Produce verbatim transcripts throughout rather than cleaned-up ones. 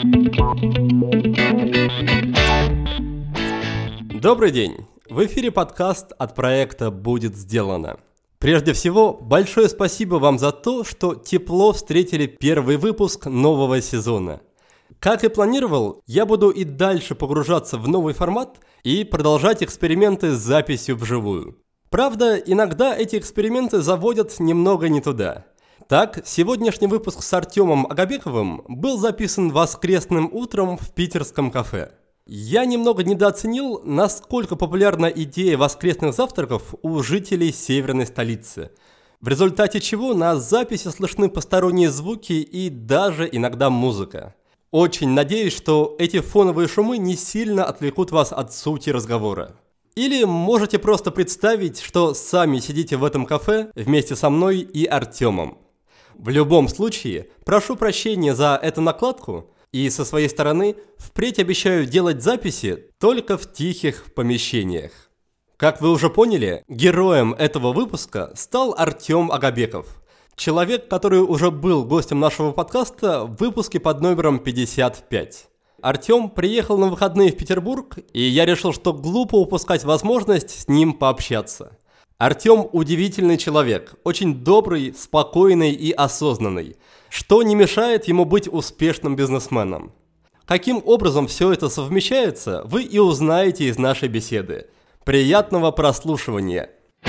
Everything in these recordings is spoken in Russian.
Добрый день! В эфире подкаст от проекта «Будет сделано». Прежде всего, большое спасибо вам за то, что тепло встретили первый выпуск нового сезона. Как и планировал, я буду и дальше погружаться в новый формат и продолжать эксперименты с записью вживую. Правда, иногда эти эксперименты заводят немного не туда. Так, сегодняшний выпуск с Артемом Агабековым был записан воскресным утром в питерском кафе. Я немного недооценил, насколько популярна идея воскресных завтраков у жителей северной столицы. В результате чего на записи слышны посторонние звуки и даже иногда музыка. Очень надеюсь, что эти фоновые шумы не сильно отвлекут вас от сути разговора. Или можете просто представить, что сами сидите в этом кафе вместе со мной и Артемом. В любом случае, прошу прощения за эту накладку, и со своей стороны впредь обещаю делать записи только в тихих помещениях. Как вы уже поняли, героем этого выпуска стал Артем Агабеков. Человек, который уже был гостем нашего подкаста в выпуске под номером пятьдесят пять. Артем приехал на выходные в Петербург, и я решил, что глупо упускать возможность с ним пообщаться. Артем удивительный человек, очень добрый, спокойный и осознанный, что не мешает ему быть успешным бизнесменом. Каким образом все это совмещается, вы и узнаете из нашей беседы. Приятного прослушивания!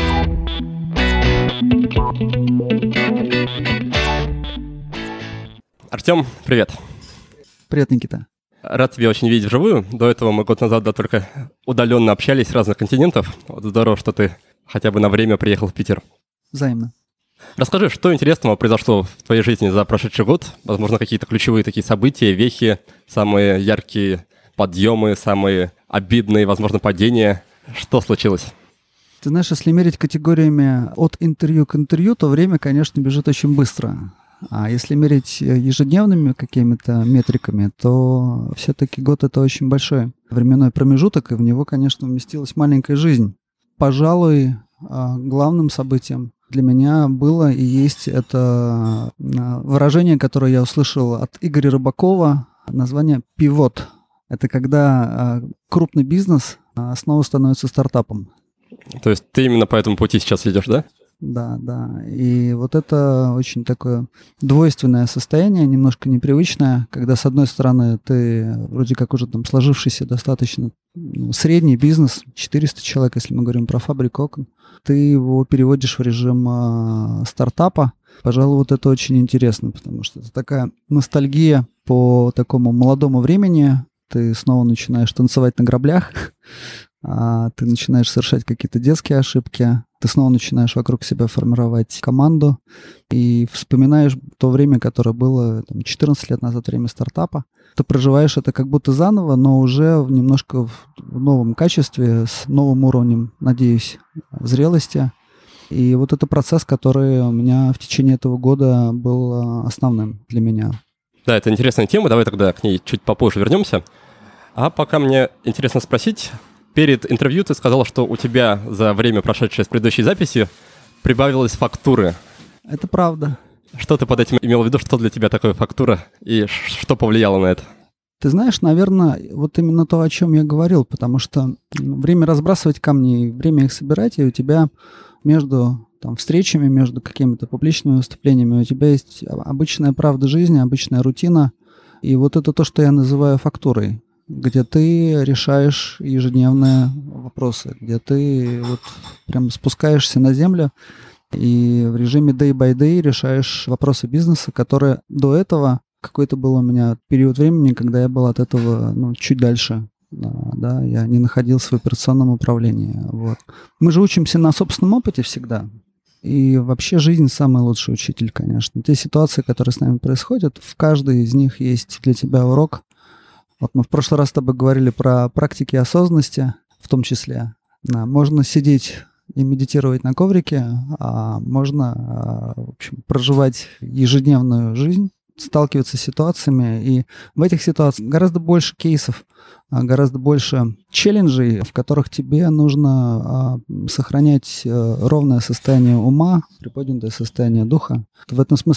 Артем, привет! Привет, Никита! Рад тебя очень видеть вживую. До этого мы год назад да, только удаленно общались с разных континентов. Вот здорово, что ты хотя бы на время приехал в Питер. Взаимно. Расскажи, что интересного произошло в твоей жизни за прошедший год? Возможно, какие-то ключевые такие события, вехи, самые яркие подъемы, самые обидные, возможно, падения. Что случилось? Ты знаешь, если мерить категориями от интервью к интервью, то время, конечно, бежит очень быстро. А если мерить ежедневными какими-то метриками, то все-таки год — это очень большой временной промежуток, и в него, конечно, вместилась маленькая жизнь. Пожалуй, главным событием для меня было и есть это выражение, которое я услышал от Игоря Рыбакова, название «пивот». Это когда крупный бизнес снова становится стартапом. То есть ты именно по этому пути сейчас идешь, да? Да, да. И вот это очень такое двойственное состояние, немножко непривычное, когда, с одной стороны, ты вроде как уже там сложившийся достаточно ну, средний бизнес, четыреста человек, если мы говорим про фабрику окон, ты его переводишь в режим э, стартапа. Пожалуй, вот это очень интересно, потому что это такая ностальгия по такому молодому времени. Ты снова начинаешь танцевать на граблях, а ты начинаешь совершать какие-то детские ошибки, ты снова начинаешь вокруг себя формировать команду и вспоминаешь то время, которое было там, четырнадцать лет назад, время стартапа. Ты проживаешь это как будто заново, но уже немножко в новом качестве, с новым уровнем, надеюсь, зрелости. И вот это процесс, который у меня в течение этого года был основным для меня. Да, это интересная тема, давай тогда к ней чуть попозже вернемся. А пока мне интересно спросить... Перед интервью ты сказал, что у тебя за время, прошедшее с предыдущей записи, прибавилось фактуры. Это правда. Что ты под этим имел в виду? Что для тебя такое фактура? И что повлияло на это? Ты знаешь, наверное, вот именно то, о чем я говорил, потому что время разбрасывать камни, время их собирать, и у тебя между там, встречами, между какими-то публичными выступлениями, у тебя есть обычная правда жизни, обычная рутина. И вот это то, что я называю фактурой, где ты решаешь ежедневные вопросы, где ты вот прям спускаешься на землю и в режиме day by day решаешь вопросы бизнеса, которые до этого какой-то был у меня период времени, когда я был от этого ну, чуть дальше. Да, я не находился в операционном управлении. Вот. Мы же учимся на собственном опыте всегда. И вообще жизнь самый лучший учитель, конечно. Те ситуации, которые с нами происходят, в каждой из них есть для тебя урок. Вот мы в прошлый раз с тобой говорили про практики осознанности, в том числе. Да, можно сидеть и медитировать на коврике, а можно, в общем, проживать ежедневную жизнь, сталкиваться с ситуациями. И в этих ситуациях гораздо больше кейсов, гораздо больше челленджей, в которых тебе нужно сохранять ровное состояние ума, приподнятое состояние духа. В этом смысле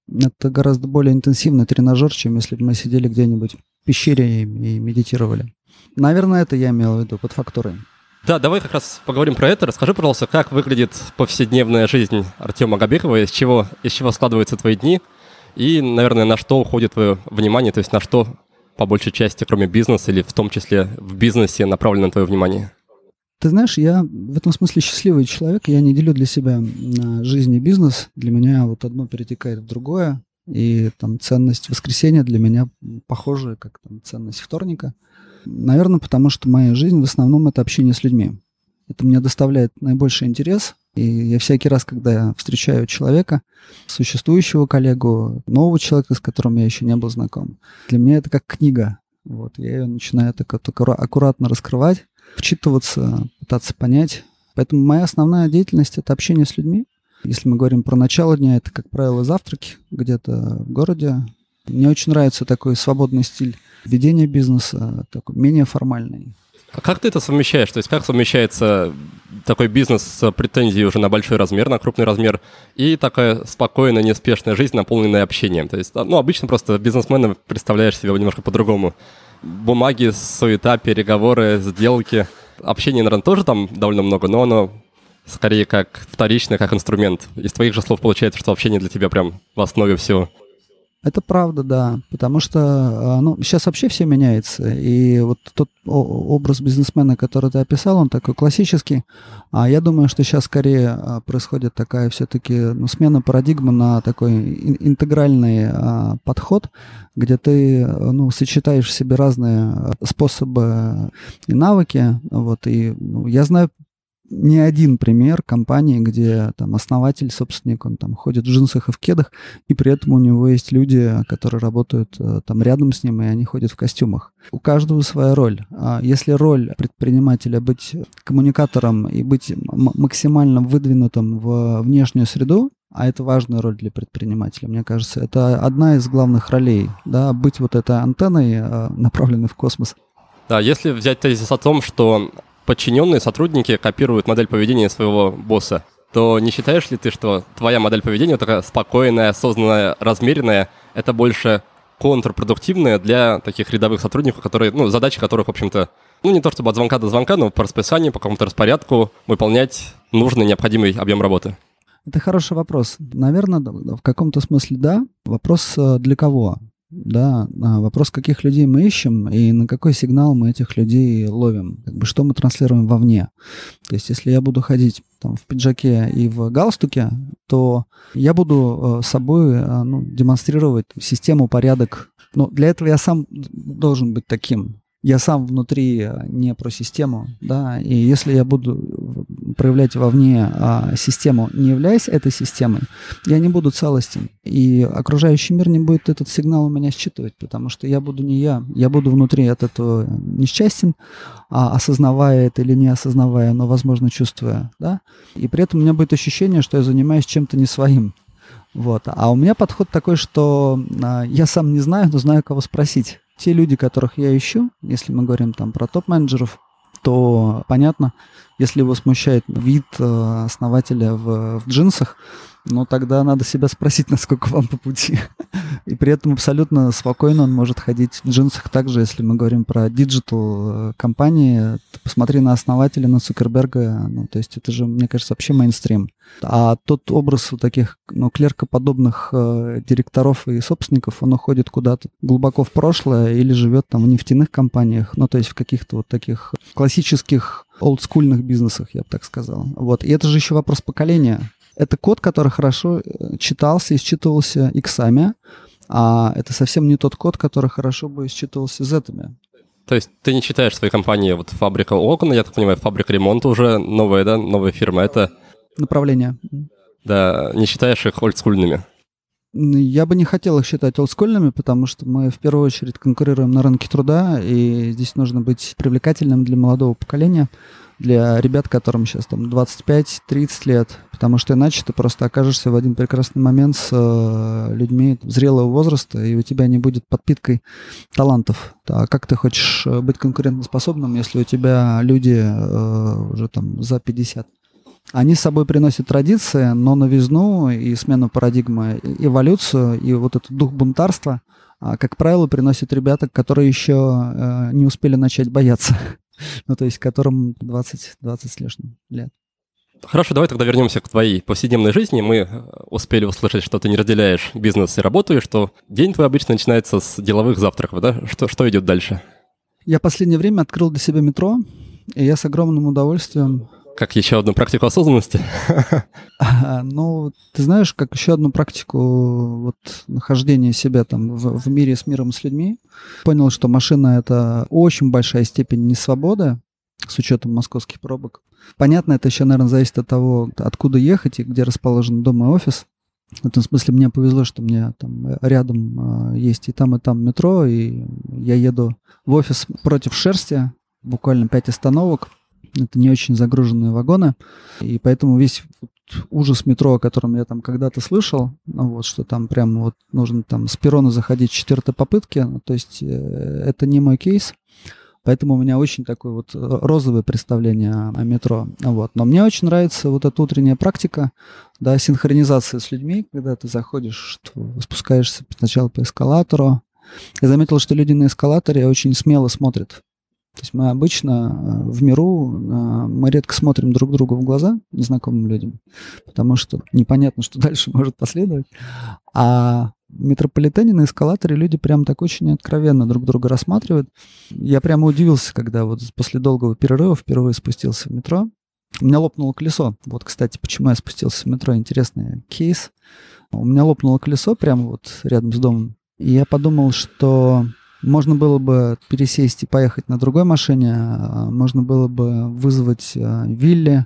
Это гораздо более интенсивный тренажер, чем если бы мы сидели где-нибудь в пещере и, и медитировали. Наверное, это я имел в виду под факторой. Да, давай как раз поговорим про это. Расскажи, пожалуйста, как выглядит повседневная жизнь Артема Агабекова, из чего, из чего складываются твои дни, и, наверное, на что уходит твое внимание, то есть на что, по большей части, кроме бизнеса, или в том числе в бизнесе, направлено твое внимание? Ты знаешь, я в этом смысле счастливый человек, я не делю для себя на жизнь и бизнес. Для меня вот одно перетекает в другое, и там ценность воскресенья для меня похожая, как там ценность вторника. Наверное, потому что моя жизнь в основном это общение с людьми. Это мне доставляет наибольший интерес, и я всякий раз, когда я встречаю человека, существующего коллегу, нового человека, с которым я еще не был знаком, для меня это как книга. Вот, я ее начинаю так вот аккуратно раскрывать, вчитываться, пытаться понять. Поэтому моя основная деятельность — это общение с людьми. Если мы говорим про начало дня, это, как правило, завтраки где-то в городе. Мне очень нравится такой свободный стиль ведения бизнеса, такой менее формальный. А как ты это совмещаешь? То есть как совмещается такой бизнес с претензией уже на большой размер, на крупный размер, и такая спокойная, неспешная жизнь, наполненная общением? То есть, ну, обычно просто бизнесмена представляешь себе немножко по-другому. Бумаги, суета, переговоры, сделки. Общения, наверное, тоже там довольно много, но оно скорее как вторичное, как инструмент. Из твоих же слов получается, что общение для тебя прям в основе всего. Это правда, да, потому что ну, сейчас вообще все меняется, и вот тот образ бизнесмена, который ты описал, он такой классический, а я думаю, что сейчас скорее происходит такая все-таки ну, смена парадигмы на такой интегральный а, подход, где ты ну, сочетаешь в себе разные способы и навыки, вот, и ну, я знаю не один пример компании, где там основатель, собственник, он там ходит в джинсах и в кедах, и при этом у него есть люди, которые работают там рядом с ним, и они ходят в костюмах. У каждого своя роль. Если роль предпринимателя быть коммуникатором и быть максимально выдвинутым в внешнюю среду, а это важная роль для предпринимателя, мне кажется, это одна из главных ролей, да, быть вот этой антенной, направленной в космос. Да, если взять тезис о том, что подчиненные сотрудники копируют модель поведения своего босса, то не считаешь ли ты, что твоя модель поведения, такая спокойная, осознанная, размеренная, это больше контрпродуктивная для таких рядовых сотрудников, которые, ну, задачи которых, в общем-то, ну, не то чтобы от звонка до звонка, но по расписанию, по какому-то распорядку выполнять нужный, необходимый объем работы? Это хороший вопрос. Наверное, в каком-то смысле да. Вопрос для кого? Да, вопрос, каких людей мы ищем и на какой сигнал мы этих людей ловим, как бы что мы транслируем вовне. То есть, если я буду ходить там, в пиджаке и в галстуке, то я буду собой ну, демонстрировать систему, порядок. Но для этого я сам должен быть таким. Я сам внутри не про систему, да, и если я буду проявлять вовне а, систему, не являясь этой системой, я не буду целостен, и окружающий мир не будет этот сигнал у меня считывать, потому что я буду не я, я буду внутри от этого несчастен, а, осознавая это или не осознавая, но, возможно, чувствуя, да, и при этом у меня будет ощущение, что я занимаюсь чем-то не своим. Вот. А у меня подход такой, что а, я сам не знаю, но знаю, кого спросить. Те люди, которых я ищу, если мы говорим там про топ-менеджеров, то понятно, если его смущает вид э, основателя в, в джинсах, ну тогда надо себя спросить, насколько вам по пути. И при этом абсолютно спокойно он может ходить в джинсах также, если мы говорим про диджитал-компании. Посмотри на основателя, на Цукерберга, ну то есть это же, мне кажется, вообще мейнстрим. А тот образ вот таких ну, клеркоподобных э, директоров и собственников, он уходит куда-то глубоко в прошлое или живет там в нефтяных компаниях, ну то есть в каких-то вот таких классических олдскульных бизнесах, я бы так сказал. Вот. И это же еще вопрос поколения. Это код, который хорошо читался и считывался иксами, а это совсем не тот код, который хорошо бы считывался зетами. То есть ты не считаешь своей компанией вот фабрика окон, я так понимаю, фабрика ремонта уже новая, да, новая фирма, это... Направление. Да, не считаешь их олдскульными? Я бы не хотел их считать олдскульными, потому что мы в первую очередь конкурируем на рынке труда, и здесь нужно быть привлекательным для молодого поколения, для ребят, которым сейчас там двадцать пять тридцать лет, потому что иначе ты просто окажешься в один прекрасный момент с э, людьми зрелого возраста, и у тебя не будет подпиткой талантов. А как ты хочешь быть конкурентоспособным, если у тебя люди э, уже там за пятьдесят? Они с собой приносят традиции, но новизну и смену парадигмы, эволюцию и вот этот дух бунтарства, как правило, приносят ребята, которые еще не успели начать бояться. Ну, то есть которым двадцать, двадцать с лишним лет. Хорошо, давай тогда вернемся к твоей повседневной жизни. Мы успели услышать, что ты не разделяешь бизнес и работу, и что день твой обычно начинается с деловых завтраков, да? Что, что идет дальше? Я в последнее время открыл для себя метро, и я с огромным удовольствием... Как еще одну практику осознанности? Ну, ты знаешь, как еще одну практику вот, нахождения себя там в, в мире с миром, с людьми. Понял, что машина — это очень большая степень несвободы, с учетом московских пробок. Понятно, это еще, наверное, зависит от того, откуда ехать и где расположен дом и офис. В этом смысле мне повезло, что мне там рядом есть и там, и там метро, и я еду в офис против шерсти, буквально пять остановок. Это не очень загруженные вагоны, и поэтому весь ужас метро, о котором я там когда-то слышал, ну, вот, что там прям вот нужно там с перрона заходить в четвертой попытке, то есть э, это не мой кейс. Поэтому у меня очень такое вот розовое представление о метро. Вот. Но мне очень нравится вот эта утренняя практика, да, синхронизация с людьми, когда ты заходишь, что спускаешься сначала по эскалатору. Я заметил, что люди на эскалаторе очень смело смотрят. То есть мы обычно в миру, мы редко смотрим друг другу в глаза, незнакомым людям, потому что непонятно, что дальше может последовать. А в метрополитене на эскалаторе люди прям так очень откровенно друг друга рассматривают. Я прямо удивился, когда вот после долгого перерыва впервые спустился в метро. У меня лопнуло колесо. Вот, кстати, почему я спустился в метро, интересный кейс. У меня лопнуло колесо прямо вот рядом с домом. И я подумал, что можно было бы пересесть и поехать на другой машине, можно было бы вызвать Вилли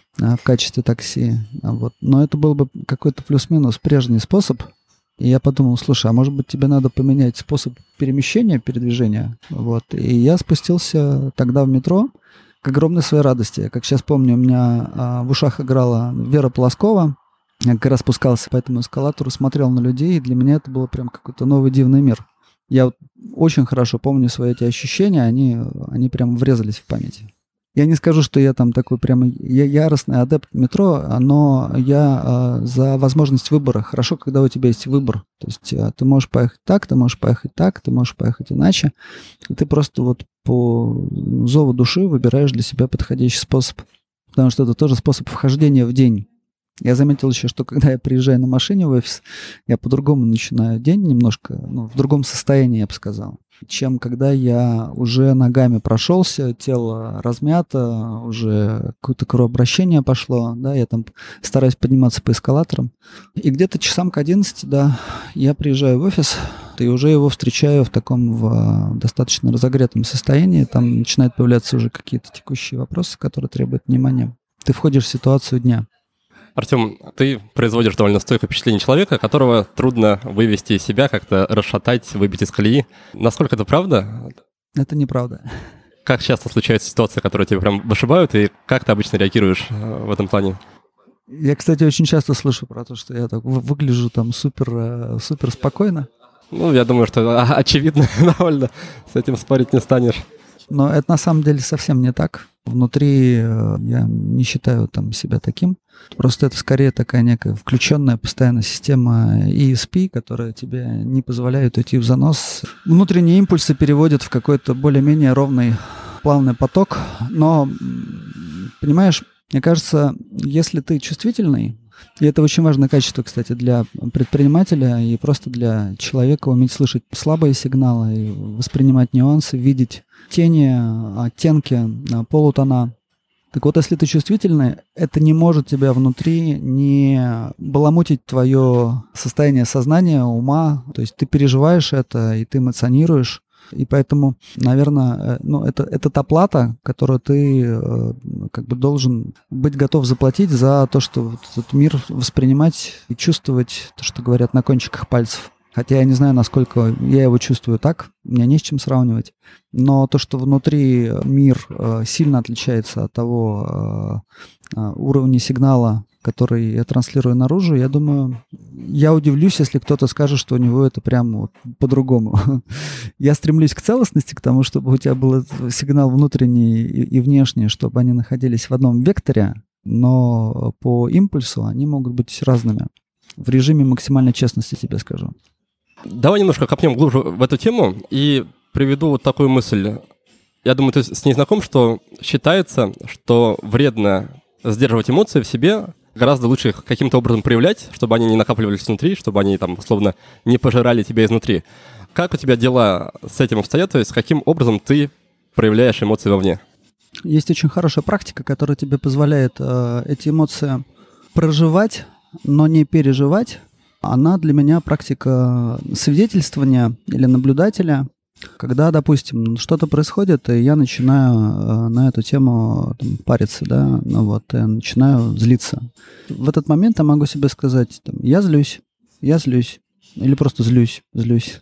в качестве такси. Вот. Но это был бы какой-то плюс-минус прежний способ. И я подумал, слушай, а может быть тебе надо поменять способ перемещения, передвижения? Вот. И я спустился тогда в метро к огромной своей радости. Как сейчас помню, у меня а, в ушах играла Вера Полоскова. Я как раз спускался по этому эскалатору, смотрел на людей, и для меня это было прям какой-то новый дивный мир. Я вот очень хорошо помню свои эти ощущения, они, они прям врезались в память. Я не скажу, что я там такой прямо яростный адепт метро, но я э, за возможность выбора. Хорошо, когда у тебя есть выбор. То есть э, ты можешь поехать так, ты можешь поехать так, ты можешь поехать иначе. И ты просто вот по зову души выбираешь для себя подходящий способ. Потому что это тоже способ вхождения в день. Я заметил еще, что когда я приезжаю на машине в офис, я по-другому начинаю день немножко, ну, в другом состоянии, я бы сказал, чем когда я уже ногами прошелся, тело размято, уже какое-то кровообращение пошло, да, я там стараюсь подниматься по эскалаторам. И где-то часам к одиннадцати, да, я приезжаю в офис, и уже его встречаю в таком в достаточно разогретом состоянии, там начинают появляться уже какие-то текущие вопросы, которые требуют внимания. Ты входишь в ситуацию дня. Артем, ты производишь довольно стойкое впечатление человека, которого трудно вывести из себя, как-то расшатать, выбить из колеи. Насколько это правда? Это неправда. Как часто случаются ситуации, которые тебя прям вышибают, и как ты обычно реагируешь в этом плане? Я, кстати, очень часто слышу про то, что я так выгляжу там супер, супер спокойно. Ну, я думаю, что очевидно довольно, с этим спорить не станешь. Но это на самом деле совсем не так. Внутри я не считаю там себя таким. Просто это скорее такая некая включенная постоянная система и эс пи, которая тебе не позволяет уйти в занос. Внутренние импульсы переводят в какой-то более-менее ровный, плавный поток. Но, понимаешь, мне кажется, если ты чувствительный, и это очень важное качество, кстати, для предпринимателя и просто для человека, уметь слышать слабые сигналы, и воспринимать нюансы, видеть тени, оттенки, полутона. Так вот, если ты чувствительный, это не может тебя внутри не баламутить твое состояние сознания, ума. То есть ты переживаешь это, и ты эмоционируешь. И поэтому, наверное, ну, это, это та плата, которую ты э, как бы должен быть готов заплатить за то, что вот этот мир воспринимать и чувствовать, то, что говорят, на кончиках пальцев. Хотя я не знаю, насколько я его чувствую так, у меня не с чем сравнивать. Но то, что внутри мир э, сильно отличается от того э, уровня сигнала, который я транслирую наружу, я думаю, я удивлюсь, если кто-то скажет, что у него это прямо вот по-другому. Я стремлюсь к целостности, к тому, чтобы у тебя был сигнал внутренний и внешний, чтобы они находились в одном векторе, но по импульсу они могут быть разными. В режиме максимальной честности тебе скажу. Давай немножко копнем глубже в эту тему и приведу вот такую мысль. Я думаю, ты с ней знаком, что считается, что вредно сдерживать эмоции в себе, гораздо лучше их каким-то образом проявлять, чтобы они не накапливались внутри, чтобы они там, условно, не пожирали тебя изнутри. Как у тебя дела с этим обстоят? То есть каким образом ты проявляешь эмоции вовне? Есть очень хорошая практика, которая тебе позволяет э, эти эмоции проживать, но не переживать. Она для меня практика свидетельствования или наблюдателя. Когда, допустим, что-то происходит, и я начинаю э, на эту тему там, париться, да, ну вот, я начинаю злиться. В этот момент я могу себе сказать, там, я злюсь, я злюсь, или просто злюсь, злюсь.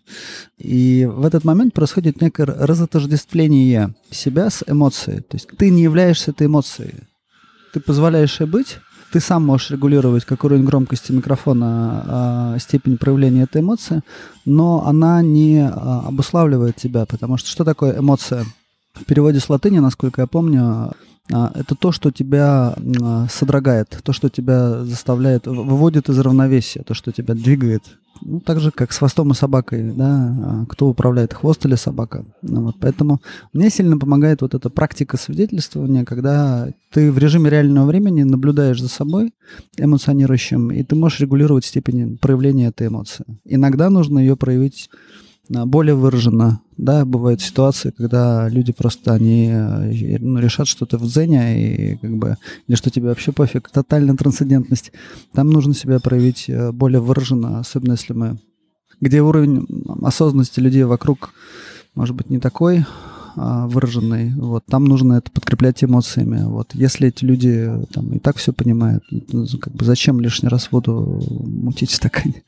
И в этот момент происходит некое разотождествление себя с эмоцией. То есть ты не являешься этой эмоцией. Ты позволяешь ей быть, ты сам можешь регулировать как уровень громкости микрофона, а, степень проявления этой эмоции, но она не а, обуславливает тебя, потому что что такое эмоция? В переводе с латыни, насколько я помню, а, это то, что тебя а, содрогает, то, что тебя заставляет, выводит из равновесия, то, что тебя двигает. Ну, так же, как с хвостом и собакой, да, кто управляет, хвост или собака. Ну, вот, поэтому мне сильно помогает вот эта практика свидетельствования, когда ты в режиме реального времени наблюдаешь за собой эмоционирующим, и ты можешь регулировать степень проявления этой эмоции. Иногда нужно ее проявить более выраженно. Да, бывают ситуации, когда люди просто они, ну, решат, что ты в дзене, и как бы, или что тебе вообще пофиг, тотальная трансцендентность. Там нужно себя проявить более выраженно, особенно если мы... Где уровень осознанности людей вокруг, может быть, не такой а, выраженный, вот, там нужно это подкреплять эмоциями. Вот. Если эти люди там, и так все понимают, как бы зачем лишний раз воду мутить в стакане?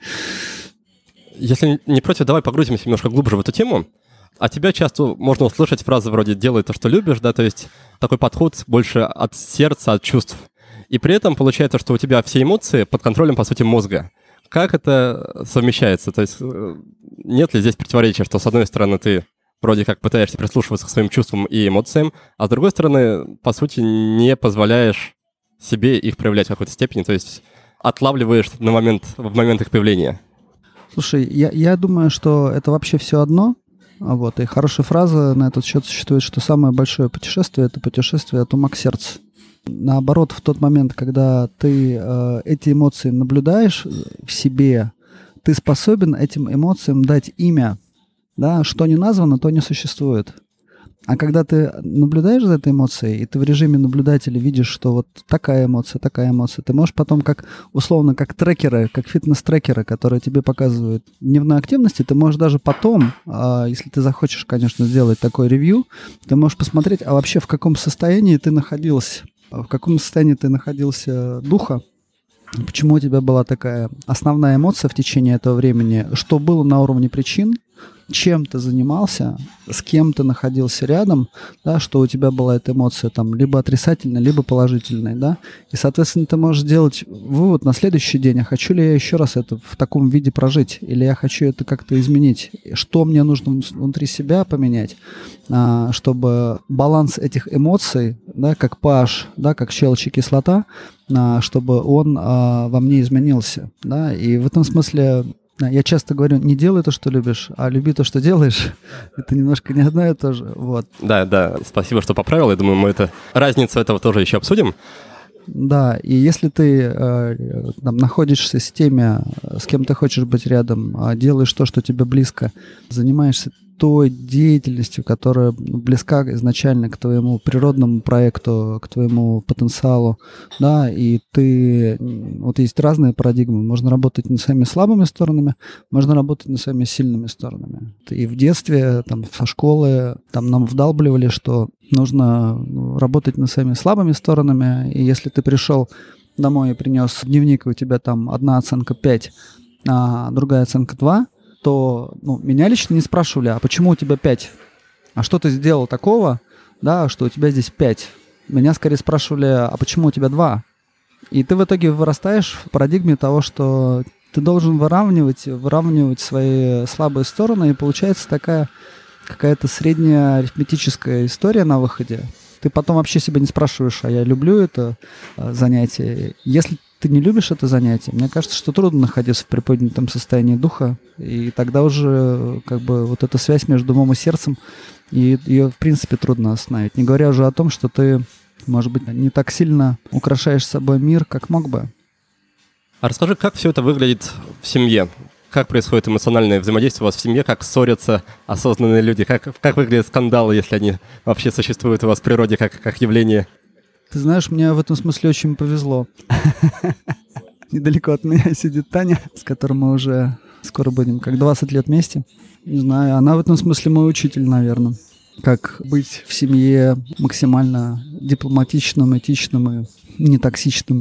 Если не против, давай погрузимся немножко глубже в эту тему. От тебя часто можно услышать фразы вроде «делай то, что любишь», да, то есть такой подход больше от сердца, от чувств. И при этом получается, что у тебя все эмоции под контролем, по сути, мозга. Как это совмещается? То есть нет ли здесь противоречия, что с одной стороны ты вроде как пытаешься прислушиваться к своим чувствам и эмоциям, а с другой стороны, по сути, не позволяешь себе их проявлять в какой-то степени, то есть отлавливаешь на момент, в момент их появления? Слушай, я, я думаю, что это вообще все одно. Вот, и хорошая фраза на этот счет существует, что самое большое путешествие — это путешествие от ума к сердцу. Наоборот, в тот момент, когда ты э, эти эмоции наблюдаешь в себе, ты способен этим эмоциям дать имя. Да? Что не названо, то не существует. А когда ты наблюдаешь за этой эмоцией, и ты в режиме наблюдателя видишь, что вот такая эмоция, такая эмоция, ты можешь потом как, условно, как трекеры, как фитнес-трекеры, которые тебе показывают дневную активность, ты можешь даже потом, если ты захочешь, конечно, сделать такой ревью, ты можешь посмотреть, а вообще в каком состоянии ты находился, в каком состоянии ты находился духа, почему у тебя была такая основная эмоция в течение этого времени, что было на уровне причин, чем ты занимался, с кем ты находился рядом, да, что у тебя была эта эмоция там либо отрицательная, либо положительная, да, и, соответственно, ты можешь сделать вывод на следующий день, а хочу ли я еще раз это в таком виде прожить, или я хочу это как-то изменить, что мне нужно внутри себя поменять, чтобы баланс этих эмоций, да, как pH, да, как щелочь и кислота, чтобы он во мне изменился, да, и в этом смысле я часто говорю, не делай то, что любишь, а люби то, что делаешь. Это немножко не одно и то же. Вот. Да, да, спасибо, что поправил. Я думаю, мы это разницу этого тоже еще обсудим. Да, и если ты э, там, находишься с теми, с кем ты хочешь быть рядом, делаешь то, что тебе близко, занимаешься той деятельностью, которая близка изначально к твоему природному проекту, к твоему потенциалу, да, и ты, вот есть разные парадигмы, можно работать над своими слабыми сторонами, можно работать над своими сильными сторонами. И в детстве, там, со школы, там нам вдалбливали, что нужно работать над своими слабыми сторонами, и если ты пришел домой и принес дневник, и у тебя там одна оценка пять, а другая оценка два, то ну, меня лично не спрашивали, а почему у тебя пять? А что ты сделал такого, да, что у тебя здесь пять? Меня скорее спрашивали, а почему у тебя два? И ты в итоге вырастаешь в парадигме того, что ты должен выравнивать, выравнивать свои слабые стороны, и получается такая какая-то средняя арифметическая история на выходе. Ты потом вообще себя не спрашиваешь, а я люблю это занятие. Если ты не любишь это занятие, мне кажется, что трудно находиться в приподнятом состоянии духа, и тогда уже как бы вот эта связь между умом и сердцем, и ее, в принципе, трудно остановить. Не говоря уже о том, что ты, может быть, не так сильно украшаешь собой мир, как мог бы. А расскажи, как все это выглядит в семье? Как происходит эмоциональное взаимодействие у вас в семье? Как ссорятся осознанные люди? Как, как выглядят скандалы, если они вообще существуют у вас в природе как, как явление? Ты знаешь, мне в этом смысле очень повезло. Недалеко от меня сидит Таня, с которой мы уже скоро будем как двадцать лет вместе. Не знаю, она в этом смысле мой учитель, наверное. Как быть в семье максимально дипломатичным, этичным и нетоксичным.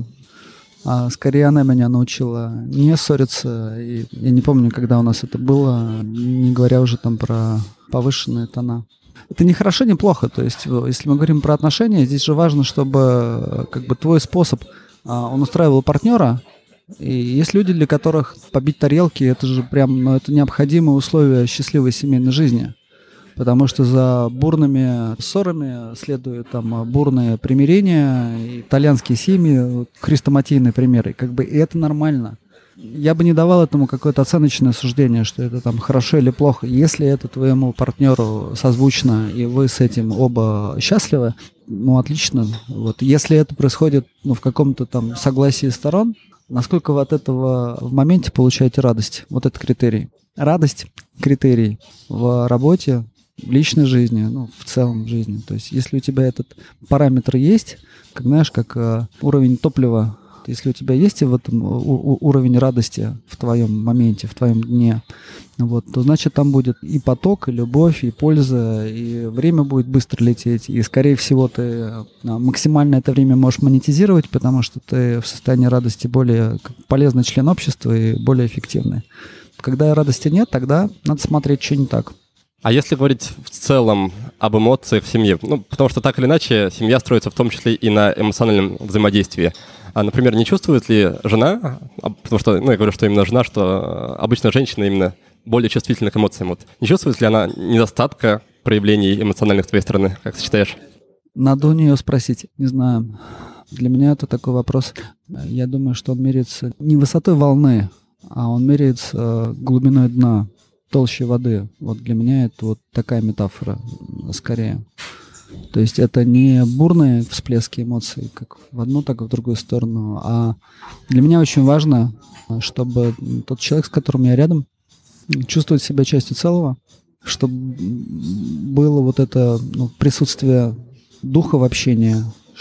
А скорее она меня научила не ссориться. И я не помню, когда у нас это было, не говоря уже там про повышенные тона. Это не хорошо, не плохо. То есть, если мы говорим про отношения, здесь же важно, чтобы как бы твой способ, он устраивал партнера. И есть люди, для которых побить тарелки, это же прям, ну, это необходимые условия счастливой семейной жизни. Потому что за бурными ссорами следуют там бурные примирения, итальянские семьи, хрестоматийные примеры. Как бы, и это нормально. Я бы не давал этому какое-то оценочное суждение, что это там хорошо или плохо. Если это твоему партнеру созвучно, и вы с этим оба счастливы, ну, отлично. Вот. Если это происходит ну, в каком-то там согласии сторон, насколько вы от этого в моменте получаете радость? Вот это критерий. Радость – критерий в работе, в личной жизни, ну, в целом в жизни. То есть, если у тебя этот параметр есть, как знаешь, как э, уровень топлива, если у тебя есть в этом у, у, уровень радости в твоем моменте, в твоем дне, вот, то значит там будет и поток, и любовь, и польза, и время будет быстро лететь, и, скорее всего, ты максимально это время можешь монетизировать, потому что ты в состоянии радости более полезный член общества и более эффективный. Когда радости нет, тогда надо смотреть, что не так. А если говорить в целом об эмоциях в семье, ну, потому что так или иначе семья строится в том числе и на эмоциональном взаимодействии. А, например, не чувствует ли жена, потому что, ну, я говорю, что именно жена, что обычно женщина именно более чувствительна к эмоциям. Вот. Не чувствует ли она недостатка проявлений эмоциональных с твоей стороны, как ты считаешь? Надо у нее спросить, не знаю. Для меня это такой вопрос. Я думаю, что он меряется не высотой волны, а он меряется глубиной дна, толще воды. Вот для меня это вот такая метафора скорее. То есть это не бурные всплески эмоций, как в одну, так и в другую сторону, а для меня очень важно, чтобы тот человек, с которым я рядом, чувствовал себя частью целого, чтобы было вот это ну, присутствие духа в общении,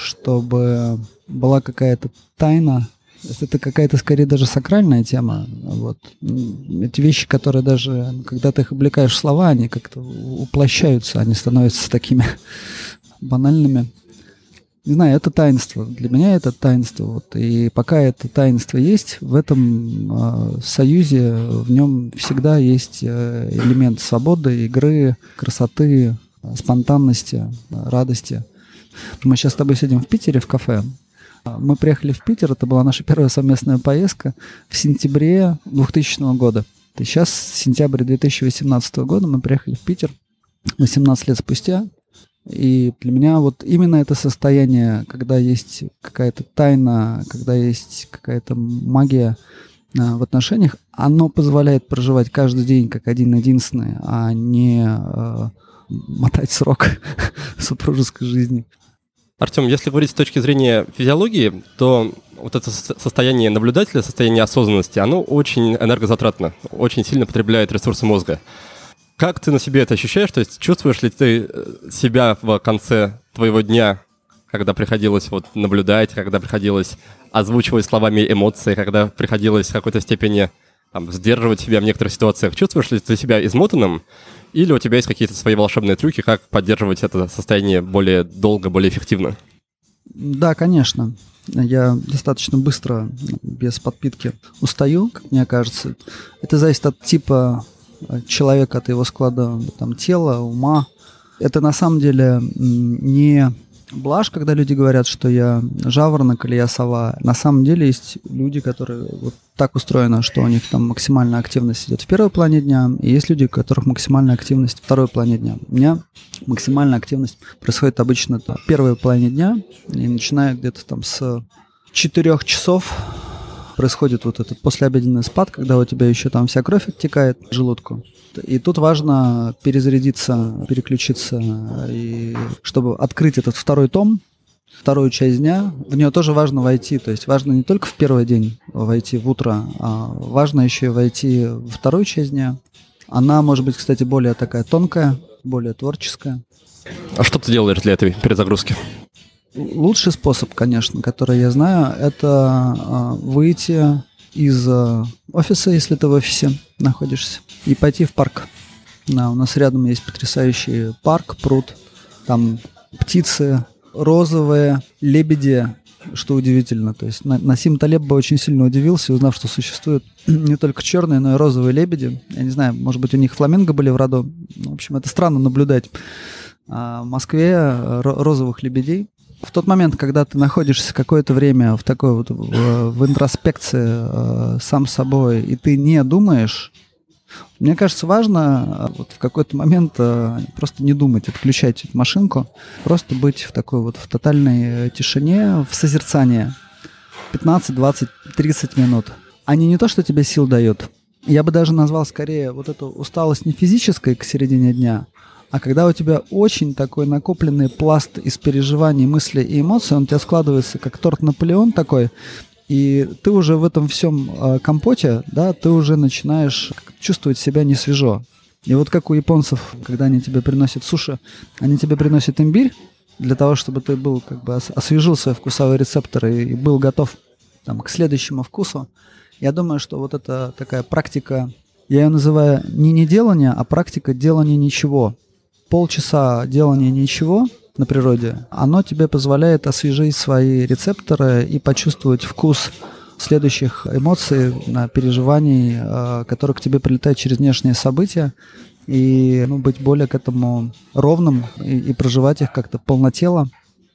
чтобы была какая-то тайна. Это какая-то, скорее, даже сакральная тема. Вот. Эти вещи, которые даже, когда ты их облекаешь в слова, они как-то уплощаются, они становятся такими банальными. Не знаю, это таинство. Для меня это таинство. Вот. И пока это таинство есть, в этом э, союзе, в нем всегда есть э, элемент свободы, игры, красоты, спонтанности, радости. Мы сейчас с тобой сидим в Питере в кафе. Мы приехали в Питер, это была наша первая совместная поездка в сентябре двухтысячного года. И сейчас, сентябрь две тысячи восемнадцатого года, мы приехали в Питер восемнадцать лет спустя. И для меня вот именно это состояние, когда есть какая-то тайна, когда есть какая-то магия в отношениях, оно позволяет проживать каждый день как один-единственный, а не э, мотать срок супружеской жизни. Артем, если говорить с точки зрения физиологии, то вот это состояние наблюдателя, состояние осознанности, оно очень энергозатратно, очень сильно потребляет ресурсы мозга. Как ты на себе это ощущаешь? То есть чувствуешь ли ты себя в конце твоего дня, когда приходилось вот наблюдать, когда приходилось озвучивать словами эмоции, когда приходилось в какой-то степени там, сдерживать себя в некоторых ситуациях? Чувствуешь ли ты себя измотанным? Или у тебя есть какие-то свои волшебные трюки, как поддерживать это состояние более долго, более эффективно? Да, конечно. Я достаточно быстро, без подпитки, устаю, как мне кажется. Это зависит от типа человека, от его склада там, тела, ума. Это на самом деле не блажь, когда люди говорят, что я жаворонок или я сова. На самом деле есть люди, которые вот так устроены, что у них там максимальная активность идет в первой половине дня, и есть люди, у которых максимальная активность в второй половине дня. У меня максимальная активность происходит обычно в первой половине дня, и начиная где-то там с четырех часов происходит вот этот послеобеденный спад, когда у тебя еще там вся кровь оттекает к желудку. И тут важно перезарядиться, переключиться, и чтобы открыть этот второй том, вторую часть дня, в нее тоже важно войти. То есть важно не только в первый день войти в утро, а важно еще и войти во вторую часть дня. Она может быть, кстати, более такая тонкая, более творческая. А что ты делаешь для этой перезагрузки? Лучший способ, конечно, который я знаю, это выйти из офиса, если ты в офисе находишься, и пойти в парк. Да, у нас рядом есть потрясающий парк, пруд. Там птицы розовые, лебеди, что удивительно. То есть Насим Талеб бы очень сильно удивился, узнав, что существуют не только черные, но и розовые лебеди. Я не знаю, может быть, у них фламинго были в роду. В общем, это странно наблюдать в Москве розовых лебедей. В тот момент, когда ты находишься какое-то время в такой вот в, в интроспекции э, сам собой, и ты не думаешь, мне кажется, важно вот в какой-то момент э, просто не думать, отключать машинку, просто быть в такой вот в тотальной тишине, в созерцании. пятнадцать, двадцать, тридцать минут. Они не то, что тебе сил дают. Я бы даже назвал скорее вот эту усталость не физической к середине дня, а когда у тебя очень такой накопленный пласт из переживаний, мыслей и эмоций, он у тебя складывается как торт Наполеон такой, и ты уже в этом всем э, компоте, да, ты уже начинаешь чувствовать себя не свежо. И вот как у японцев, когда они тебе приносят суши, они тебе приносят имбирь для того, чтобы ты был как бы освежил свои вкусовые рецепторы и был готов там, к следующему вкусу. Я думаю, что вот эта такая практика, я ее называю не неделание, а практика делания ничего. Полчаса делания ничего на природе, оно тебе позволяет освежить свои рецепторы и почувствовать вкус следующих эмоций, переживаний, которые к тебе прилетают через внешние события, и ну, быть более к этому ровным и, и проживать их как-то полнотело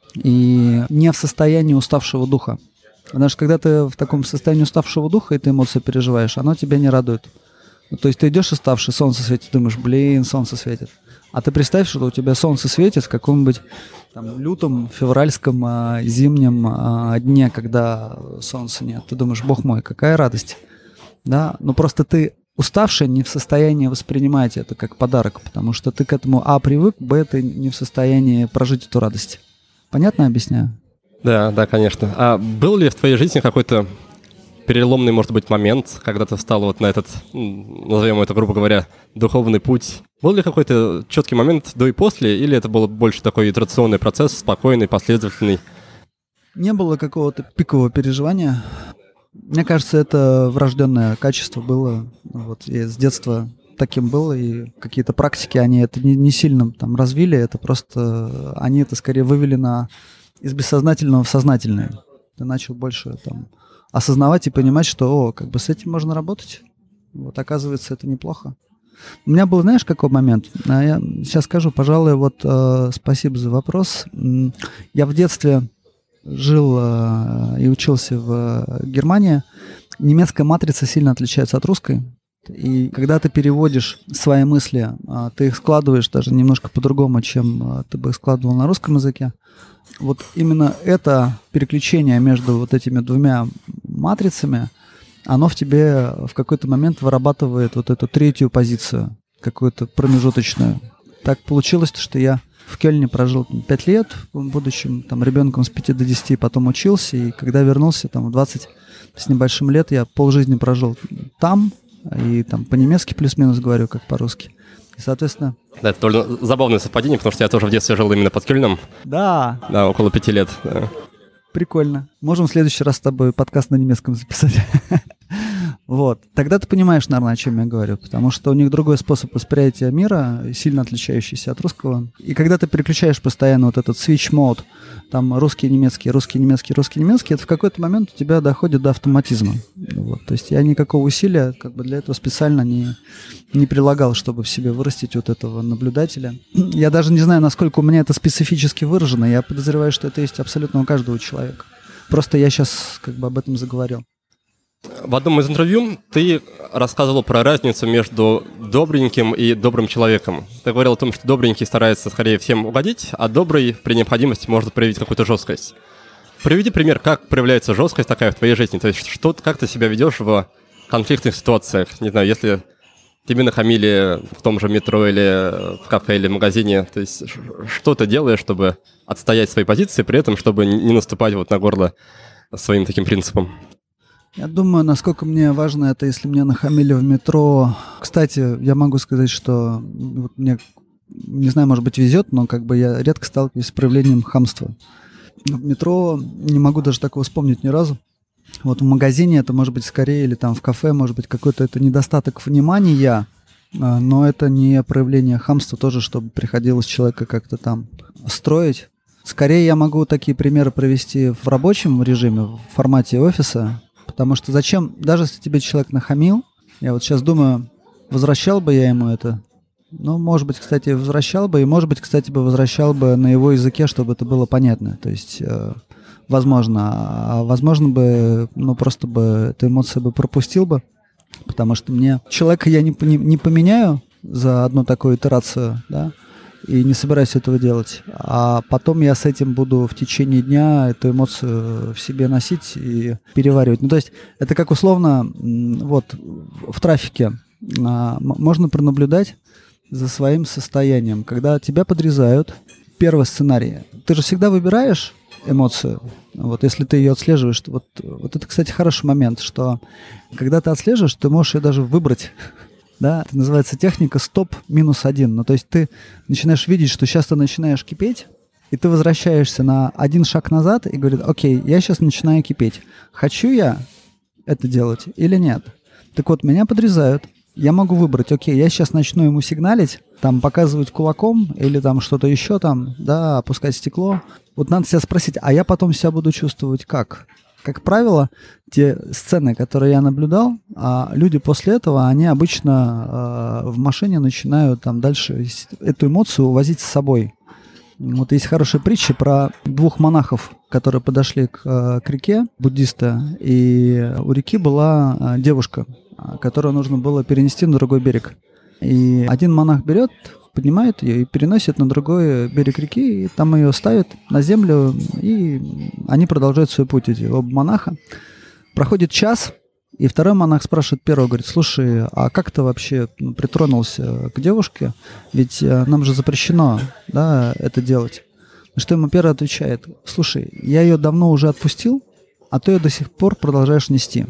и не в состоянии уставшего духа. Потому что когда ты в таком состоянии уставшего духа, и ты эмоции переживаешь, оно тебя не радует. То есть ты идешь уставший, солнце светит, думаешь, блин, солнце светит. А ты представь, что у тебя солнце светит в каком-нибудь там, лютом, февральском, а, зимнем а, дне, когда солнца нет. Ты думаешь, бог мой, какая радость. Да? Но просто ты уставший не в состоянии воспринимать это как подарок, потому что ты к этому а привык, б ты не в состоянии прожить эту радость. Понятно объясняю? Да, да, конечно. А был ли в твоей жизни какой-то переломный, может быть, момент, когда ты встал вот на этот, назовем это, грубо говоря, духовный путь? Был ли какой-то четкий момент до и после, или это был больше такой итерационный процесс, спокойный, последовательный? Не было какого-то пикового переживания. Мне кажется, это врожденное качество было. Вот я с детства таким был, и какие-то практики, они это не, не сильно там развили, это просто, они это скорее вывели на, из бессознательного в сознательное. Ты начал больше там осознавать и понимать, что, о, как бы с этим можно работать. Вот, оказывается, это неплохо. У меня был, знаешь, какой момент? Я сейчас скажу, пожалуй, вот э, спасибо за вопрос. Я в детстве жил э, и учился в Германии. Немецкая матрица сильно отличается от русской. И когда ты переводишь свои мысли, э, ты их складываешь даже немножко по-другому, чем э, ты бы их складывал на русском языке. Вот именно это переключение между вот этими двумя матрицами, оно в тебе в какой-то момент вырабатывает вот эту третью позицию, какую-то промежуточную. Так получилось, что я в Кёльне прожил пять лет, будучи там ребенком с пяти до десяти, потом учился, и когда вернулся там в двадцать с небольшим лет, я полжизни прожил там, и там по-немецки плюс-минус говорю, как по-русски. И, соответственно... Да, это довольно забавное совпадение, потому что я тоже в детстве жил именно под Кёльном. Да. Да, около пяти лет. Да. Прикольно. Можем в следующий раз с тобой подкаст на немецком записать. Вот. Тогда ты понимаешь, наверное, о чем я говорю, потому что у них другой способ восприятия мира, сильно отличающийся от русского. И когда ты переключаешь постоянно вот этот switch mode, там русский, немецкий, русский, немецкий, русский, немецкий, это в какой-то момент у тебя доходит до автоматизма. Вот. То есть я никакого усилия как бы для этого специально не, не прилагал, чтобы в себе вырастить вот этого наблюдателя. Я даже не знаю, насколько у меня это специфически выражено. Я подозреваю, что это есть абсолютно у каждого человека. Просто я сейчас как бы об этом заговорил. В одном из интервью ты рассказывал про разницу между добреньким и добрым человеком. Ты говорил о том, что добренький старается скорее всем угодить, а добрый при необходимости может проявить какую-то жесткость. Приведи пример, как проявляется жесткость такая в твоей жизни. То есть что, как ты себя ведешь в конфликтных ситуациях? Не знаю, если тебе нахамили в том же метро или в кафе или в магазине. То есть что ты делаешь, чтобы отстоять свои позиции, при этом, чтобы не наступать вот на горло своим таким принципом? Я думаю, насколько мне важно это, если меня нахамили в метро. Кстати, я могу сказать, что вот мне, не знаю, может быть, везет, но как бы я редко сталкиваюсь с проявлением хамства. В метро не могу даже такого вспомнить ни разу. Вот в магазине это может быть скорее, или там в кафе, может быть, какой-то это недостаток внимания, но это не проявление хамства тоже, чтобы приходилось человека как-то там строить. Скорее я могу такие примеры провести в рабочем режиме, в формате офиса. Потому что зачем, даже если тебе человек нахамил, я вот сейчас думаю, возвращал бы я ему это? Ну, может быть, кстати, возвращал бы, и, может быть, кстати, бы возвращал бы на его языке, чтобы это было понятно. То есть, э, возможно, а возможно бы, ну, просто бы эту эмоцию бы пропустил бы, потому что мне человека я не, не, не поменяю за одну такую итерацию, да, и не собираюсь этого делать. А потом я с этим буду в течение дня эту эмоцию в себе носить и переваривать. Ну, то есть это как условно вот в трафике а, можно пронаблюдать за своим состоянием. Когда тебя подрезают, первый сценарий. Ты же всегда выбираешь эмоцию. Вот если ты ее отслеживаешь. Вот, вот это, кстати, хороший момент, что когда ты отслеживаешь, ты можешь ее даже выбрать. Да, это называется техника стоп минус один. Ну, то есть ты начинаешь видеть, что сейчас ты начинаешь кипеть, и ты возвращаешься на один шаг назад и говорит, окей, я сейчас начинаю кипеть. Хочу я это делать или нет? Так вот, меня подрезают. Я могу выбрать, окей, я сейчас начну ему сигналить, там, показывать кулаком или там что-то еще там, да, опускать стекло. Вот надо себя спросить, а я потом себя буду чувствовать как? Как правило, те сцены, которые я наблюдал, а люди после этого, они обычно э, в машине начинают там дальше эту эмоцию увозить с собой. Вот есть хорошая притча про двух монахов, которые подошли к, к реке, буддиста, и у реки была девушка, которую нужно было перенести на другой берег. И один монах берет, поднимает ее и переносит на другой берег реки, и там ее ставит на землю, и они продолжают свой путь, эти оба монаха. Проходит час, и второй монах спрашивает первого, говорит, слушай, а как ты вообще ну, притронулся к девушке? Ведь нам же запрещено, да, это делать. На что ему первый отвечает, слушай, я ее давно уже отпустил, а ты ее до сих пор продолжаешь нести.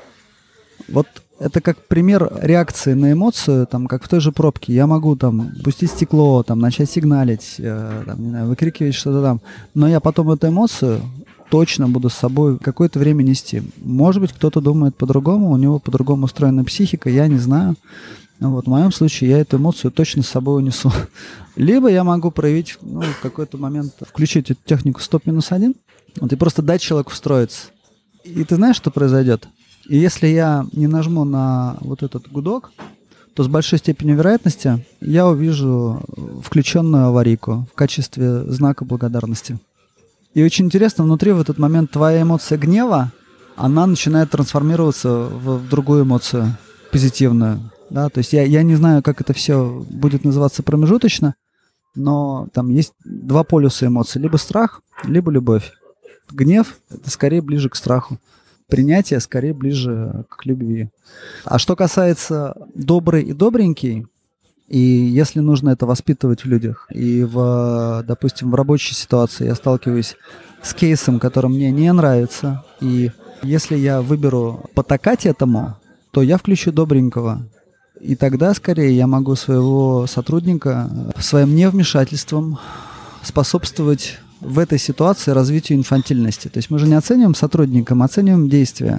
Вот это как пример реакции на эмоцию, там, как в той же пробке. Я могу там пустить стекло, там, начать сигналить, э, там, не знаю, выкрикивать что-то там, но я потом эту эмоцию точно буду с собой какое-то время нести. Может быть, кто-то думает по-другому, у него по-другому устроена психика, я не знаю. Вот, в моем случае я эту эмоцию точно с собой унесу. Либо я могу проявить, ну, в какой-то момент, включить эту технику стоп минус один, вот, и просто дать человеку встроиться. И ты знаешь, что произойдет? И если я не нажму на вот этот гудок, то с большой степенью вероятности я увижу включенную аварийку в качестве знака благодарности. И очень интересно, внутри в этот момент твоя эмоция гнева, она начинает трансформироваться в, в другую эмоцию, позитивную. Да? То есть я, я не знаю, как это все будет называться промежуточно, но там есть два полюса эмоций. Либо страх, либо любовь. Гнев — это скорее ближе к страху. Принятие скорее ближе к любви. А что касается добрый и добренький, и если нужно это воспитывать в людях, и, в, допустим, в рабочей ситуации я сталкиваюсь с кейсом, который мне не нравится, и если я выберу потакать этому, то я включу добренького. И тогда, скорее, я могу своего сотрудника своим невмешательством способствовать в этой ситуации развитию инфантильности. То есть мы же не оцениваем сотрудника, мы оцениваем действия.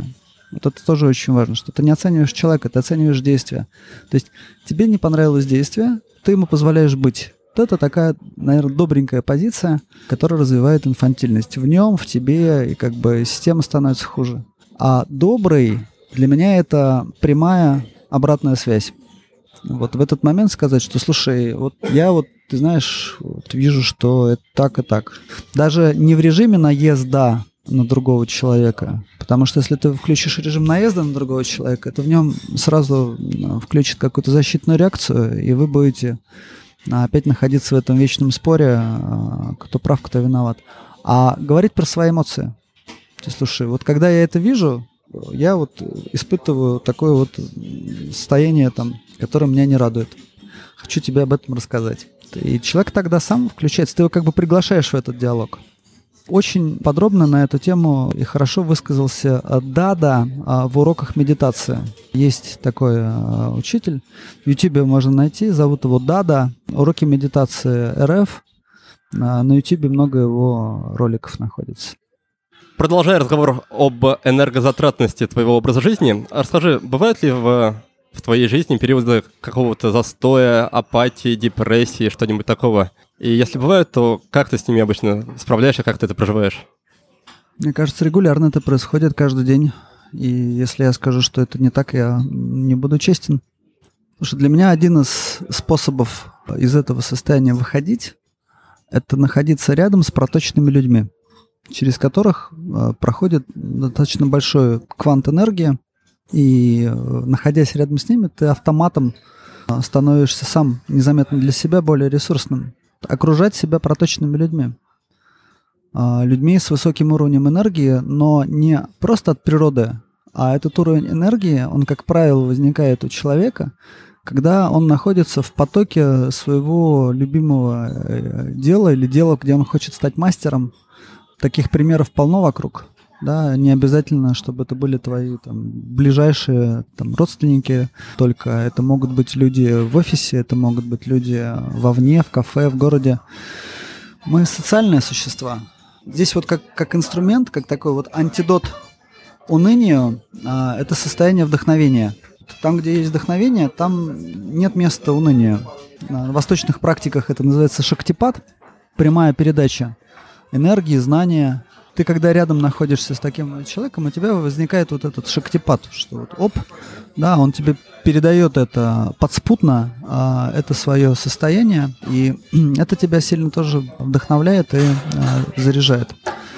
Вот это тоже очень важно, что ты не оцениваешь человека, ты оцениваешь действия. То есть тебе не понравилось действие, ты ему позволяешь быть. Вот это такая, наверное, добренькая позиция, которая развивает инфантильность. В нем, в тебе, и как бы система становится хуже. А добрый для меня это прямая обратная связь. Вот в этот момент сказать, что, слушай, вот я вот, ты знаешь, вот вижу, что это так и так. Даже не в режиме наезда на другого человека, потому что если ты включишь режим наезда на другого человека, это в нем сразу включит какую-то защитную реакцию, и вы будете опять находиться в этом вечном споре, кто прав, кто виноват. А говорить про свои эмоции. То есть, слушай, вот когда я это вижу, я вот испытываю такое вот состояние, там, которое меня не радует. Хочу тебе об этом рассказать. И человек тогда сам включается, ты его как бы приглашаешь в этот диалог. Очень подробно на эту тему и хорошо высказался Дада в уроках медитации. Есть такой учитель, в Ютубе можно найти, зовут его Дада, уроки медитации РФ. На Ютубе много его роликов находится. Продолжая разговор об энергозатратности твоего образа жизни, расскажи, бывают ли в, в твоей жизни периоды какого-то застоя, апатии, депрессии, что-нибудь такого? И если бывают, то как ты с ними обычно справляешься, как ты это проживаешь? Мне кажется, регулярно это происходит каждый день. И если я скажу, что это не так, я не буду честен. Потому что для меня один из способов из этого состояния выходить – это находиться рядом с проточными людьми, через которых проходит достаточно большой квант энергии, и, находясь рядом с ними, ты автоматом становишься сам незаметно для себя более ресурсным. Окружать себя проточными людьми. Людьми с высоким уровнем энергии, но не просто от природы, а этот уровень энергии, он, как правило, возникает у человека, когда он находится в потоке своего любимого дела или дела, где он хочет стать мастером. Таких примеров полно вокруг. Да, не обязательно, чтобы это были твои там, ближайшие там, родственники только. Это могут быть люди в офисе, это могут быть люди вовне, в кафе, в городе. Мы социальные существа. Здесь вот как, как инструмент, как такой вот антидот унынию, а, это состояние вдохновения. Там, где есть вдохновение, там нет места унынию. В восточных практиках это называется шактипат, прямая передача энергии, знания. Ты когда рядом находишься с таким человеком, у тебя возникает вот этот шактипат, что вот оп, да, он тебе передает это подспутно, а, это свое состояние, и это тебя сильно тоже вдохновляет и а, заряжает.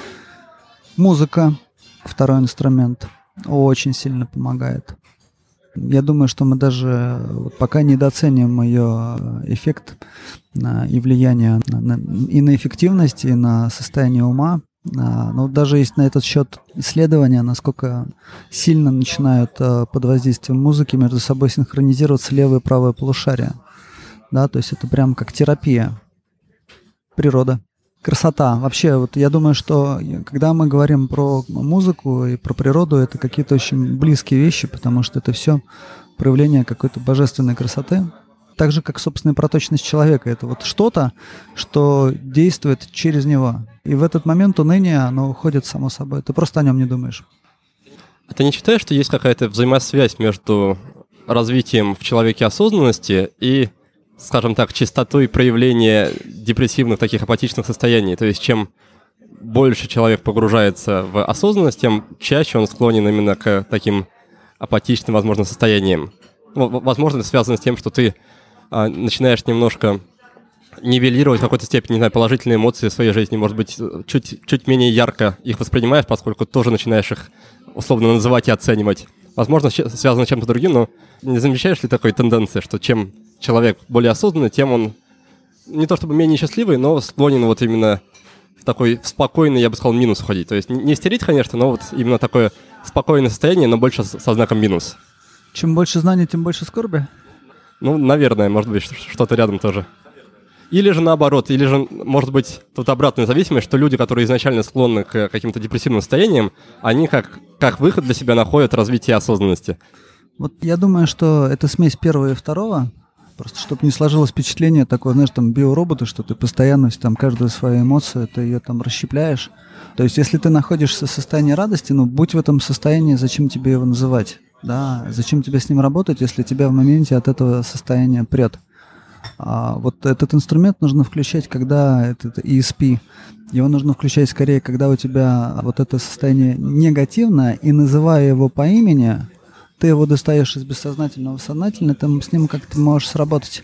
Музыка, второй инструмент, очень сильно помогает. Я думаю, что мы даже вот пока недооцениваем ее эффект и влияние на, на, и на эффективность, и на состояние ума. Но даже есть на этот счет исследования, насколько сильно начинают под воздействием музыки между собой синхронизироваться левое и правое полушарие. Да, то есть это прям как терапия. Природа. Красота. Вообще, вот я думаю, что когда мы говорим про музыку и про природу, это какие-то очень близкие вещи, потому что это все проявление какой-то божественной красоты. Так же, как, собственно, и проточность человека. Это вот что-то, что действует через него. И в этот момент уныние, оно уходит само собой. Ты просто о нем не думаешь. А ты не считаешь, что есть какая-то взаимосвязь между развитием в человеке осознанности и, скажем так, частотой проявления депрессивных, таких апатичных состояний? То есть чем больше человек погружается в осознанность, тем чаще он склонен именно к таким апатичным, возможно, состояниям. Возможно, это связано с тем, что ты а, начинаешь немножко нивелировать в какой-то степени, не знаю, положительные эмоции в своей жизни, может быть, чуть, чуть менее ярко их воспринимаешь, поскольку тоже начинаешь их условно называть и оценивать. Возможно, связано с чем-то другим, но не замечаешь ли такой тенденции, что чем человек более осознанный, тем он не то чтобы менее счастливый, но склонен вот именно в такой в спокойный, я бы сказал, минус уходить. То есть не истерить, конечно, но вот именно такое спокойное состояние, но больше со знаком минус. Чем больше знаний, тем больше скорби? Ну, наверное, может быть, что-то рядом тоже. Или же наоборот, или же, может быть, тут обратная зависимость, что люди, которые изначально склонны к каким-то депрессивным состояниям, они как, как выход для себя находят развитие осознанности. Вот я думаю, что это смесь первого и второго. Просто чтобы не сложилось впечатление такое, знаешь, там биороботы, что ты постоянно там каждую свою эмоцию, ты ее там расщепляешь. То есть если ты находишься в состоянии радости, ну будь в этом состоянии, зачем тебе его называть? Да, зачем тебе с ним работать, если тебя в моменте от этого состояния прет? А вот этот инструмент нужно включать, когда этот и эс пи, его нужно включать скорее, когда у тебя вот это состояние негативное, и называя его по имени, ты его достаешь из бессознательного в сознательное, ты с ним как-то можешь сработать.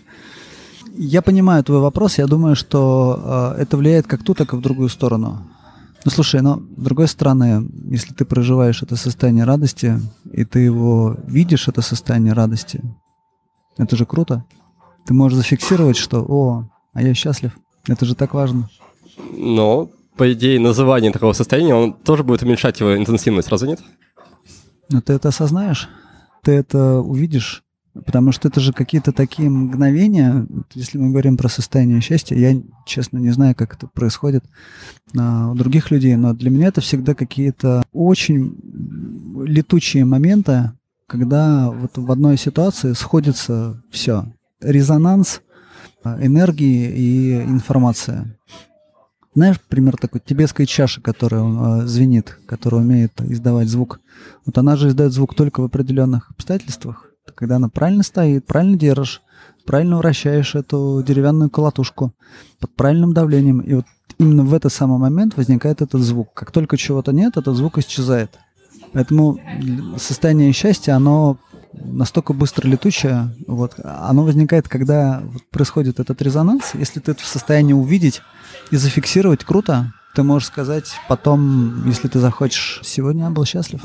Я понимаю твой вопрос, я думаю, что э, это влияет как в ту, так и в другую сторону. Ну, слушай, но с другой стороны, если ты проживаешь это состояние радости, и ты его видишь, это состояние радости, это же круто. Ты можешь зафиксировать, что «О, а я счастлив». Это же так важно. Но, по идее, называние такого состояния, он тоже будет уменьшать его интенсивность, разве нет? Но ты это осознаешь, ты это увидишь, потому что это же какие-то такие мгновения, если мы говорим про состояние счастья, я, честно, не знаю, как это происходит а, у других людей, но для меня это всегда какие-то очень летучие моменты, когда вот в одной ситуации сходится все. Резонанс энергии и информация. Знаешь, пример такой, тибетская чаша, которая э, звенит, которая умеет издавать звук. Вот она же издает звук только в определенных обстоятельствах. Когда она правильно стоит, правильно держишь, правильно вращаешь эту деревянную колотушку под правильным давлением. И вот именно в этот самый момент возникает этот звук. Как только чего-то нет, этот звук исчезает. Поэтому состояние счастья, оно настолько быстро летучее, вот, оно возникает, когда вот происходит этот резонанс. Если ты это в состоянии увидеть и зафиксировать, круто, ты можешь сказать потом, если ты захочешь, сегодня я был счастлив.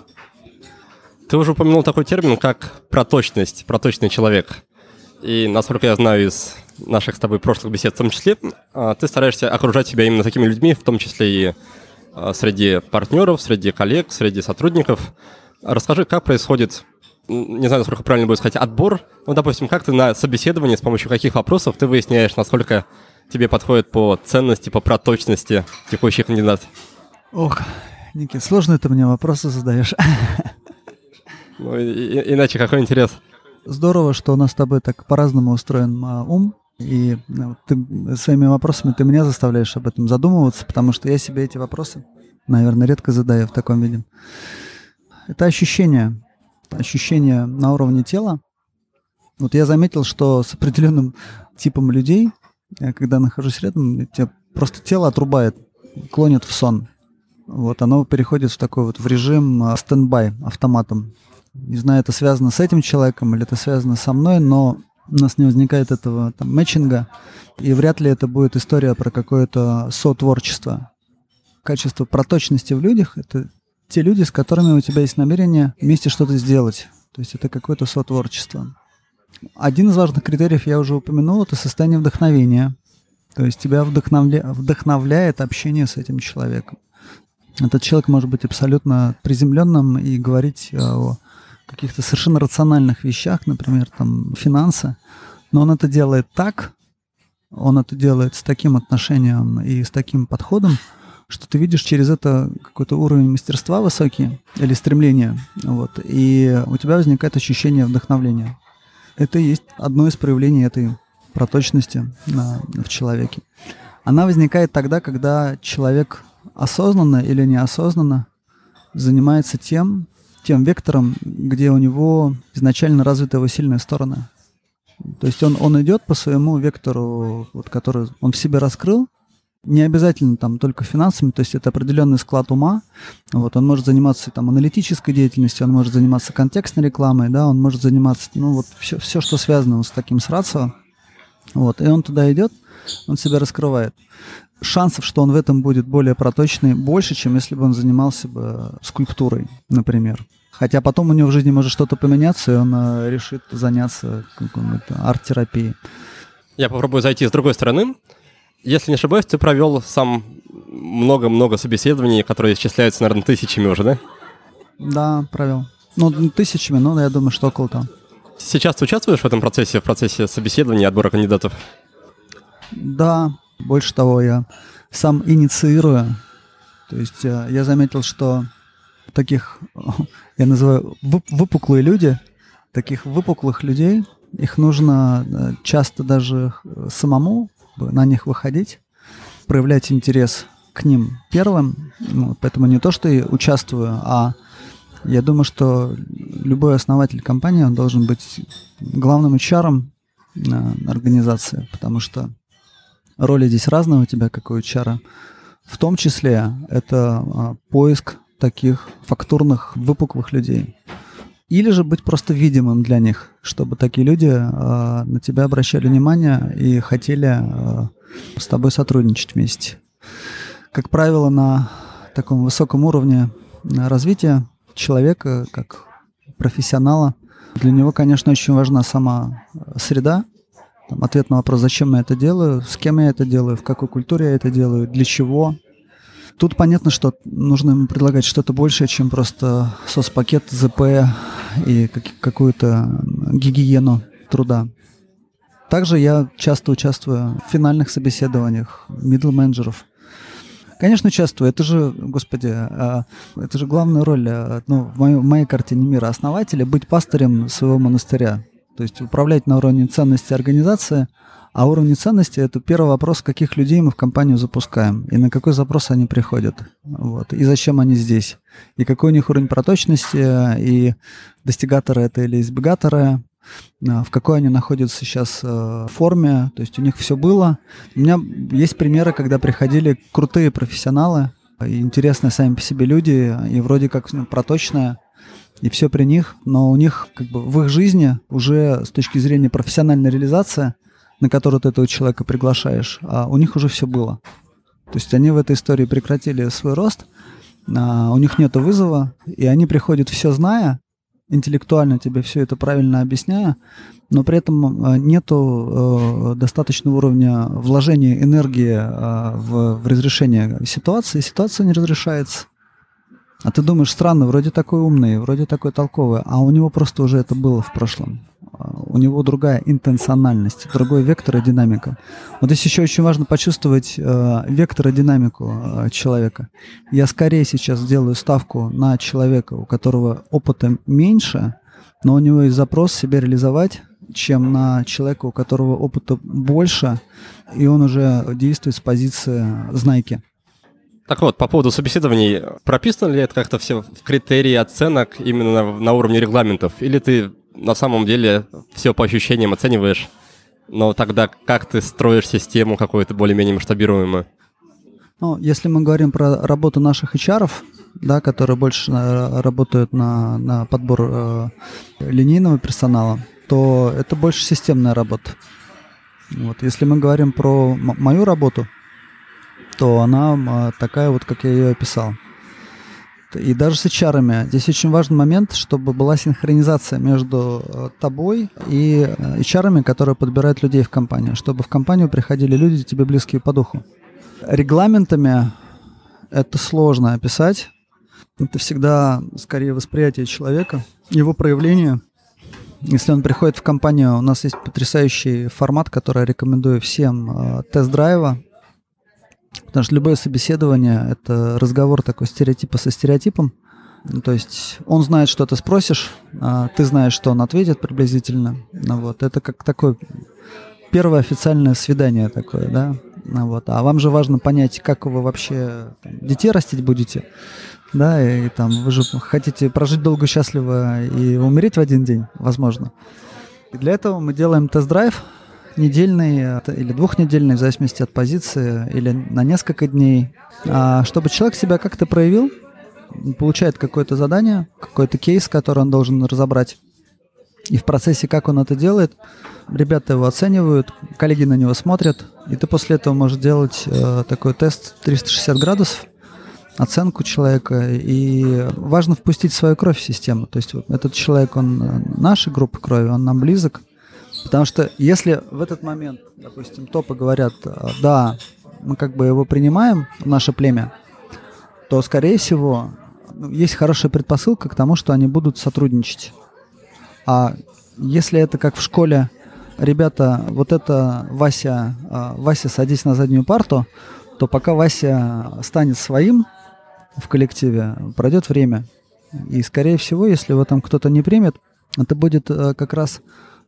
Ты уже упомянул такой термин, как проточность, проточный человек. И, насколько я знаю из наших с тобой прошлых бесед в том числе, ты стараешься окружать себя именно такими людьми, в том числе и среди партнеров, среди коллег, среди сотрудников. Расскажи, как происходит, не знаю, насколько правильно будет сказать, отбор. Ну, допустим, как ты на собеседовании, с помощью каких вопросов ты выясняешь, насколько тебе подходит по ценности, по проточности текущий кандидат? Ох, Никит, сложные ты мне вопросы задаешь. Ну, и, и, иначе какой интерес? Здорово, что у нас с тобой так по-разному устроен а, ум, и ну, ты своими вопросами ты меня заставляешь об этом задумываться, потому что я себе эти вопросы, наверное, редко задаю в таком виде. Это ощущение, ощущение на уровне тела. Вот я заметил, что с определенным типом людей, я когда нахожусь рядом, тебя просто тело отрубает, клонит в сон. Вот оно переходит в такой вот в режим стендбай автоматом. Не знаю, это связано с этим человеком или это связано со мной, но у нас не возникает этого там мэтчинга, и вряд ли это будет история про какое-то сотворчество. Качество проточности в людях — это те люди, с которыми у тебя есть намерение вместе что-то сделать. То есть это какое-то сотворчество. Один из важных критериев я уже упомянул — это состояние вдохновения. То есть тебя вдохновля... вдохновляет общение с этим человеком. Этот человек может быть абсолютно приземленным и говорить о каких-то совершенно рациональных вещах, например, там, финансы, но он это делает так, он это делает с таким отношением и с таким подходом, что ты видишь через это какой-то уровень мастерства высокий или стремления, вот, и у тебя возникает ощущение вдохновления. Это и есть одно из проявлений этой проточности на, в человеке. Она возникает тогда, когда человек осознанно или неосознанно занимается тем, тем вектором, где у него изначально развиты его сильные стороны. То есть он, он идет по своему вектору, вот, который он в себе раскрыл, не обязательно там только финансами, то есть это определенный склад ума. Вот, он может заниматься там аналитической деятельностью, он может заниматься контекстной рекламой, да, он может заниматься, ну вот все, все что связано с таким с рацио. Вот, и он туда идет, он себя раскрывает. Шансов, что он в этом будет более проточный, больше, чем если бы он занимался бы скульптурой, например. Хотя потом у него в жизни может что-то поменяться, и он э, решит заняться какой-то арт-терапией. Я попробую зайти с другой стороны. Если не ошибаюсь, ты провел сам много-много собеседований, которые исчисляются, наверное, тысячами уже, да? Да, провел. Ну, тысячами, но я думаю, что около того. Сейчас ты участвуешь в этом процессе, в процессе собеседования и отбора кандидатов? Да, больше того, я сам инициирую. То есть я заметил, что таких, я называю выпуклые люди, таких выпуклых людей их нужно э, часто даже самому на них выходить, проявлять интерес к ним первым. Ну, поэтому не то, что я участвую, а я думаю, что любой основатель компании, он должен быть главным эйч ар-ом организации, потому что роли здесь разные у тебя, как у эйч ар. В том числе это а, поиск таких фактурных, выпуклых людей. Или же быть просто видимым для них, чтобы такие люди а, на тебя обращали внимание и хотели а, с тобой сотрудничать вместе. Как правило, на таком высоком уровне развития человека, как профессионала, для него, конечно, очень важна сама среда. Там, ответ на вопрос, зачем я это делаю, с кем я это делаю, в какой культуре я это делаю, для чего. Тут понятно, что нужно ему предлагать что-то большее, чем просто соцпакет, зэ пэ и как- какую-то гигиену труда. Также я часто участвую в финальных собеседованиях middle менеджеров. Конечно, участвую. Это же, господи, это же главная роль, ну, в моей, в моей картине мира основателя — быть пастырем своего монастыря. То есть управлять на уровне ценности организации, а уровень ценности — это первый вопрос, каких людей мы в компанию запускаем, и на какой запрос они приходят, вот, и зачем они здесь, и какой у них уровень проточности, и достигаторы это или избегаторы, в какой они находятся сейчас форме, то есть у них все было. У меня есть примеры, когда приходили крутые профессионалы, и интересные сами по себе люди, и вроде как ну, проточные, и все при них, но у них как бы в их жизни уже с точки зрения профессиональной реализации, на которую ты этого человека приглашаешь, а у них уже все было. То есть они в этой истории прекратили свой рост, а у них нет вызова, и они приходят все зная, интеллектуально тебе все это правильно объясняя, но при этом нету э, достаточного уровня вложения энергии э, в, в разрешение ситуации, ситуация не разрешается. А ты думаешь, странно, вроде такой умный, вроде такой толковый, а у него просто уже это было в прошлом. У него другая интенциональность, другой вектор и динамика. Вот здесь еще очень важно почувствовать э, вектор и динамику э, человека. Я скорее сейчас делаю ставку на человека, у которого опыта меньше, но у него есть запрос себя реализовать, чем на человека, у которого опыта больше, и он уже действует с позиции знайки. Так вот, по поводу собеседований, прописано ли это как-то все в критерии оценок именно на, на уровне регламентов? Или ты на самом деле все по ощущениям оцениваешь, но тогда как ты строишь систему какую-то более-менее масштабируемую? Ну, если мы говорим про работу наших эйч ар-ов, да, которые больше работают на, на подбор э, линейного персонала, то это больше системная работа. Вот. Если мы говорим про м- мою работу, то она такая вот, как я ее описал. И даже с эйч ар-ами здесь очень важный момент, чтобы была синхронизация между тобой и эйч ар-ами, которые подбирают людей в компанию, чтобы в компанию приходили люди, тебе близкие по духу. Регламентами это сложно описать. Это всегда скорее восприятие человека, его проявление. Если он приходит в компанию, у нас есть потрясающий формат, который я рекомендую всем, тест-драйва. Потому что любое собеседование – это разговор такой стереотипа со стереотипом. Ну, то есть он знает, что ты спросишь, а ты знаешь, что он ответит приблизительно. Ну, вот. Это как такое первое официальное свидание такое, да. Ну, вот. А вам же важно понять, как вы вообще там, детей растить будете, да, и, и там вы же хотите прожить долго, счастливо и умереть в один день, возможно. И для этого мы делаем тест-драйв, недельный или двухнедельный, в зависимости от позиции, или на несколько дней, чтобы человек себя как-то проявил, получает какое-то задание, какой-то кейс, который он должен разобрать. И в процессе, как он это делает, ребята его оценивают, коллеги на него смотрят, и ты после этого можешь делать такой тест триста шестьдесят градусов, оценку человека, и важно впустить свою кровь в систему. То есть вот этот человек, он нашей группы крови, он нам близок. Потому что если в этот момент, допустим, топы говорят, да, мы как бы его принимаем в наше племя, то, скорее всего, есть хорошая предпосылка к тому, что они будут сотрудничать. А если это как в школе, ребята, вот это Вася, Вася, садись на заднюю парту, то пока Вася станет своим в коллективе, пройдет время. И, скорее всего, если его там кто-то не примет, это будет как раз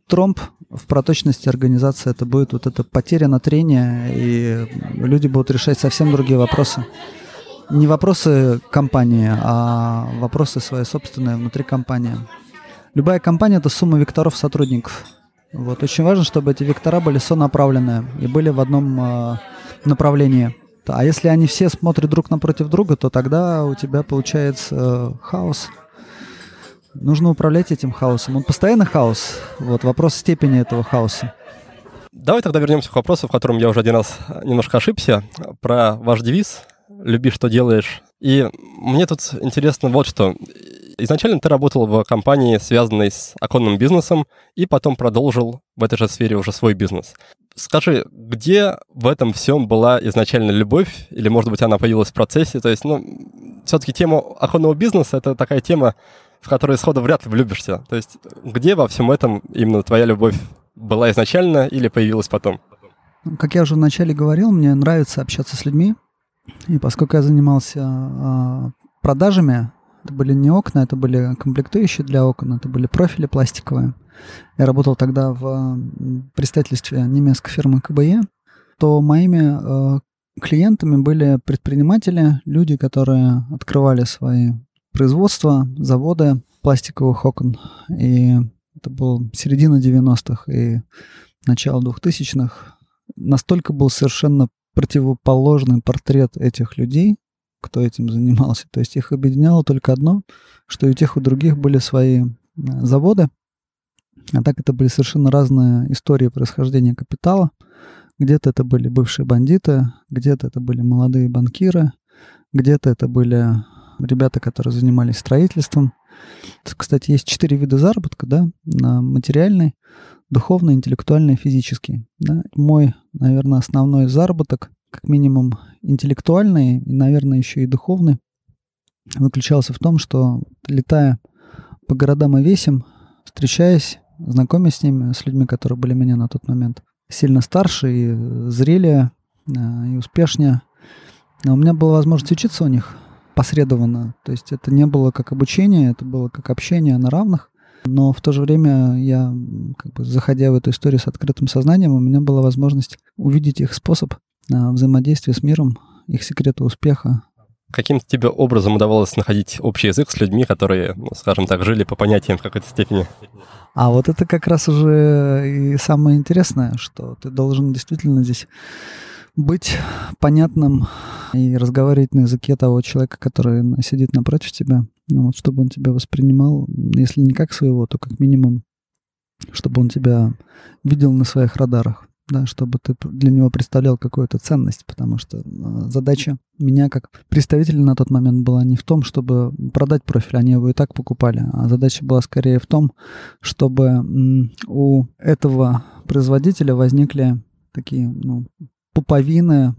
тромб в проточности организации, это будет вот эта потеря на трение, и люди будут решать совсем другие вопросы. Не вопросы компании, а вопросы свои собственные внутри компании. Любая компания — это сумма векторов сотрудников. Вот. Очень важно, чтобы эти вектора были сонаправленные и были в одном э, направлении. А если они все смотрят друг напротив друга, то тогда у тебя получается э, хаос. Нужно управлять этим хаосом. Он постоянно хаос. Вот. Вопрос степени этого хаоса. Давай тогда вернемся к вопросу, в котором я уже один раз немножко ошибся, про ваш девиз «Люби, что делаешь». И мне тут интересно вот что. Изначально ты работал в компании, связанной с оконным бизнесом, и потом продолжил в этой же сфере уже свой бизнес. Скажи, где в этом всем была изначально любовь, или, может быть, она появилась в процессе? То есть, ну, все-таки тема оконного бизнеса — это такая тема, в которой сходу вряд ли влюбишься. То есть, где во всем этом именно твоя любовь была изначально или появилась потом? Как я уже вначале говорил, мне нравится общаться с людьми, и поскольку я занимался а, продажами, это были не окна, это были комплектующие для окон, это были профили пластиковые. Я работал тогда в представительстве немецкой фирмы ка бэ е, то моими э, клиентами были предприниматели, люди, которые открывали свои производства, заводы пластиковых окон. И это было середина девяностых и начало двухтысячных. Настолько был совершенно противоположный портрет этих людей, кто этим занимался. То есть их объединяло только одно, что и у тех, и у других были свои заводы, а так это были совершенно разные истории происхождения капитала. Где-то это были бывшие бандиты, где-то это были молодые банкиры, где-то это были ребята, которые занимались строительством. Кстати, есть четыре вида заработка, да, материальный, духовный, интеллектуальный, физический. Да. Мой, наверное, основной заработок, как минимум интеллектуальный и, наверное, еще и духовный, заключался в том, что, летая по городам и весям, встречаясь, знакомясь с ними, с людьми, которые были меня на тот момент сильно старше и зрелее, и успешнее, у меня была возможность учиться у них посредованно. То есть это не было как обучение, это было как общение на равных. Но в то же время я, как бы, заходя в эту историю с открытым сознанием, у меня была возможность увидеть их способ взаимодействия с миром, их секреты успеха. Каким тебе образом удавалось находить общий язык с людьми, которые, ну, скажем так, жили по понятиям в какой-то степени? А вот это как раз уже и самое интересное, что ты должен действительно здесь быть понятным и разговаривать на языке того человека, который сидит напротив тебя, ну, вот, чтобы он тебя воспринимал, если не как своего, то как минимум, чтобы он тебя видел на своих радарах. Да, чтобы ты для него представлял какую-то ценность, потому что задача меня как представителя на тот момент была не в том, чтобы продать профиль, они его и так покупали, а задача была скорее в том, чтобы у этого производителя возникли такие, ну, пуповины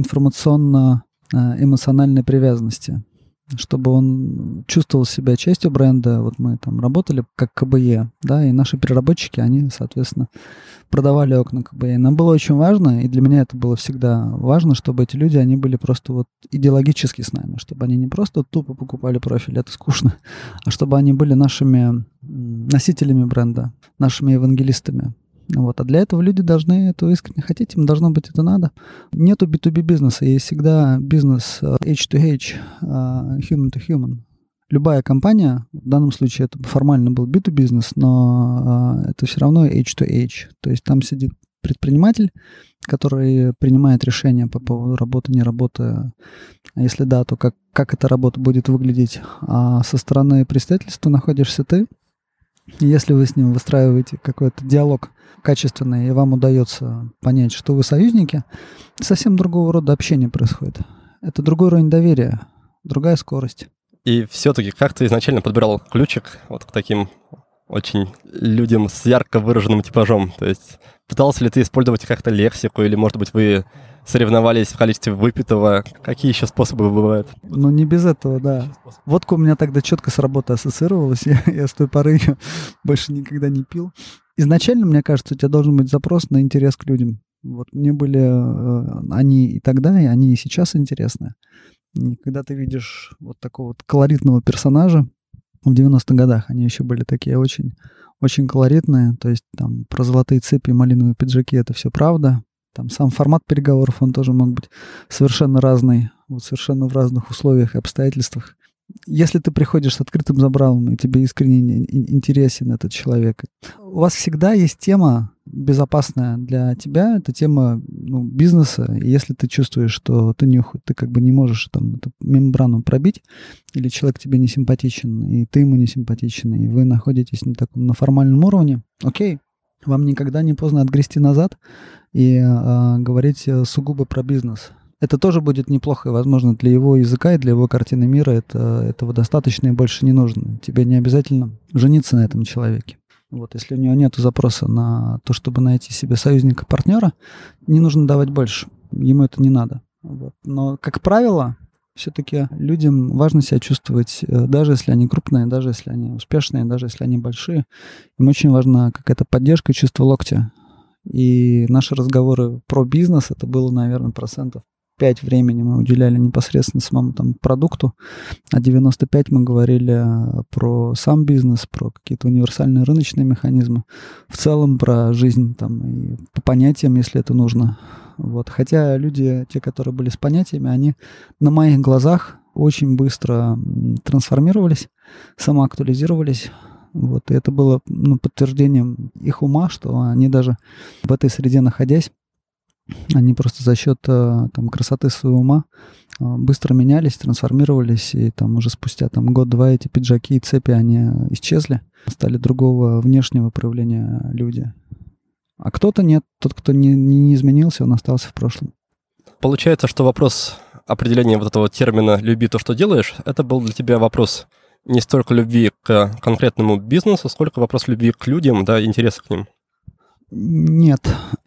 информационно-эмоциональной привязанности, чтобы он чувствовал себя частью бренда. Вот мы там работали как ка бэ е, да, и наши переработчики, они, соответственно, продавали окна ка бэ е. Нам было очень важно, и для меня это было всегда важно, чтобы эти люди, они были просто вот идеологически с нами, чтобы они не просто тупо покупали профиль, это скучно, а чтобы они были нашими носителями бренда, нашими евангелистами. Вот. А для этого люди должны этого искренне хотеть, им должно быть это надо. Нету би ту би бизнеса, есть всегда бизнес эйч ту эйч, human to human. Любая компания, в данном случае это формально был би ту бизнес, но это все равно эйч ту эйч. То есть там сидит предприниматель, который принимает решения по поводу работы, не работы. А если да, то как, как эта работа будет выглядеть. А со стороны представительства находишься ты. Если вы с ним выстраиваете какой-то диалог качественный, и вам удается понять, что вы союзники, совсем другого рода общение происходит. Это другой уровень доверия, другая скорость. И все-таки как ты изначально подбирал ключик вот к таким очень людям с ярко выраженным типажом? То есть пытался ли ты использовать как-то лексику, или, может быть, вы соревновались в количестве выпитого? Какие еще способы бывают? Ну, не без этого, да. Водка у меня тогда четко с работой ассоциировалась. Я, я с той поры ее больше никогда не пил. Изначально, мне кажется, у тебя должен быть запрос на интерес к людям. Вот мне были э, они и тогда, и они и сейчас интересны. И когда ты видишь вот такого вот колоритного персонажа, в девяностых годах они еще были такие очень очень колоритные, то есть там про золотые цепи и малиновые пиджаки — это все правда. Там сам формат переговоров, он тоже мог быть совершенно разный, вот совершенно в разных условиях и обстоятельствах. Если ты приходишь с открытым забралом, и тебе искренне интересен этот человек, у вас всегда есть тема безопасная для тебя, это тема, ну, бизнеса. И если ты чувствуешь, что ты, не, ты как бы не можешь там эту мембрану пробить, или человек тебе не симпатичен, и ты ему не симпатичен, и вы находитесь на таком на формальном уровне, окей, вам никогда не поздно отгрести назад и а, говорить сугубо про бизнес. Это тоже будет неплохо, и, возможно, для его языка и для его картины мира это, этого достаточно и больше не нужно. Тебе не обязательно жениться на этом человеке. Вот, если у него нет запроса на то, чтобы найти себе союзника, партнера, не нужно давать больше. Ему это не надо. Вот. Но, как правило, все-таки людям важно себя чувствовать, даже если они крупные, даже если они успешные, даже если они большие. Им очень важна какая-то поддержка и чувство локтя. И наши разговоры про бизнес, это было, наверное, процентов пять времени мы уделяли непосредственно самому там продукту, а девяносто пять мы говорили про сам бизнес, про какие-то универсальные рыночные механизмы, в целом про жизнь там и по понятиям, если это нужно. Вот. Хотя люди, те, которые были с понятиями, они на моих глазах очень быстро трансформировались, самоактуализировались. Вот. И это было, ну, подтверждением их ума, что они даже в этой среде находясь, они просто за счет там, красоты своего ума быстро менялись, трансформировались, и там уже спустя там, год-два эти пиджаки и цепи, они исчезли, стали другого внешнего проявления люди. А кто-то нет, тот, кто не, не изменился, он остался в прошлом. Получается, что вопрос определения вот этого термина «люби то, что делаешь», это был для тебя вопрос не столько любви к конкретному бизнесу, сколько вопрос любви к людям, да, интереса к ним. Нет.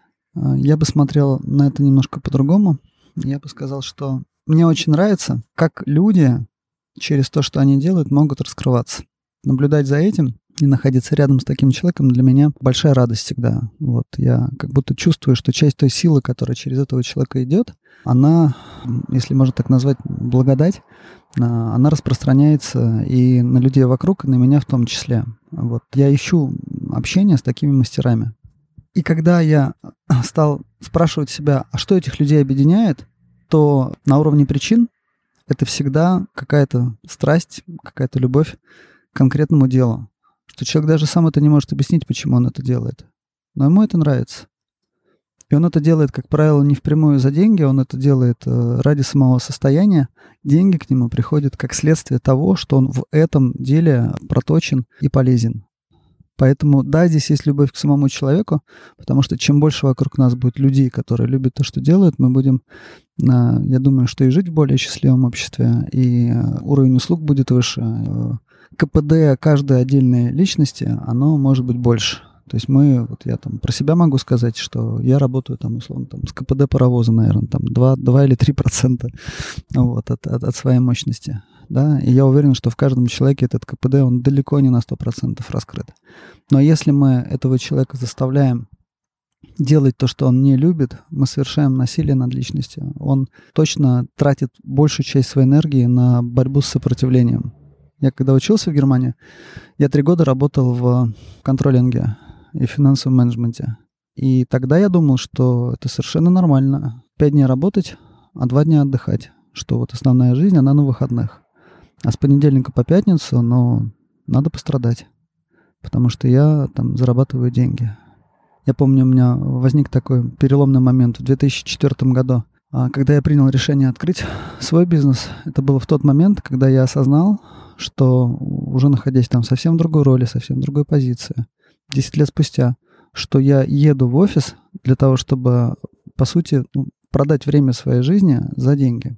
Я бы смотрел на это немножко по-другому. Я бы сказал, что мне очень нравится, как люди через то, что они делают, могут раскрываться. Наблюдать за этим и находиться рядом с таким человеком для меня большая радость всегда. Вот я как будто чувствую, что часть той силы, которая через этого человека идет, она, если можно так назвать, благодать, она распространяется и на людей вокруг, и на меня в том числе. Вот я ищу общение с такими мастерами. И когда я стал спрашивать себя, а что этих людей объединяет, то на уровне причин это всегда какая-то страсть, какая-то любовь к конкретному делу. Что человек даже сам это не может объяснить, почему он это делает. Но ему это нравится. И он это делает, как правило, не впрямую за деньги, он это делает ради самого состояния. Деньги к нему приходят как следствие того, что он в этом деле проточен и полезен. Поэтому, да, здесь есть любовь к самому человеку, потому что чем больше вокруг нас будет людей, которые любят то, что делают, мы будем, я думаю, что и жить в более счастливом обществе, и уровень услуг будет выше. КПД каждой отдельной личности, оно может быть больше. То есть мы, вот я там про себя могу сказать, что я работаю там, условно, там, с КПД паровоза, наверное, там два, два или три процента вот, от, от, от своей мощности. Да? И я уверен, что в каждом человеке этот КПД, он далеко не на сто процентов раскрыт. Но если мы этого человека заставляем делать то, что он не любит, мы совершаем насилие над личностью. Он точно тратит большую часть своей энергии на борьбу с сопротивлением. Я когда учился в Германии, я три года работал в контролинге и финансовом менеджменте. И тогда я думал, что это совершенно нормально. Пять дней работать, а два дня отдыхать. Что вот основная жизнь, она на выходных. А с понедельника по пятницу, ну, надо пострадать. Потому что я там зарабатываю деньги. Я помню, у меня возник такой переломный момент в две тысячи четвёртом году, когда я принял решение открыть свой бизнес. Это было в тот момент, когда я осознал, что уже находясь там совсем в другой роли, совсем в другой позиции, десять лет спустя, что я еду в офис для того, чтобы, по сути, ну, продать время своей жизни за деньги.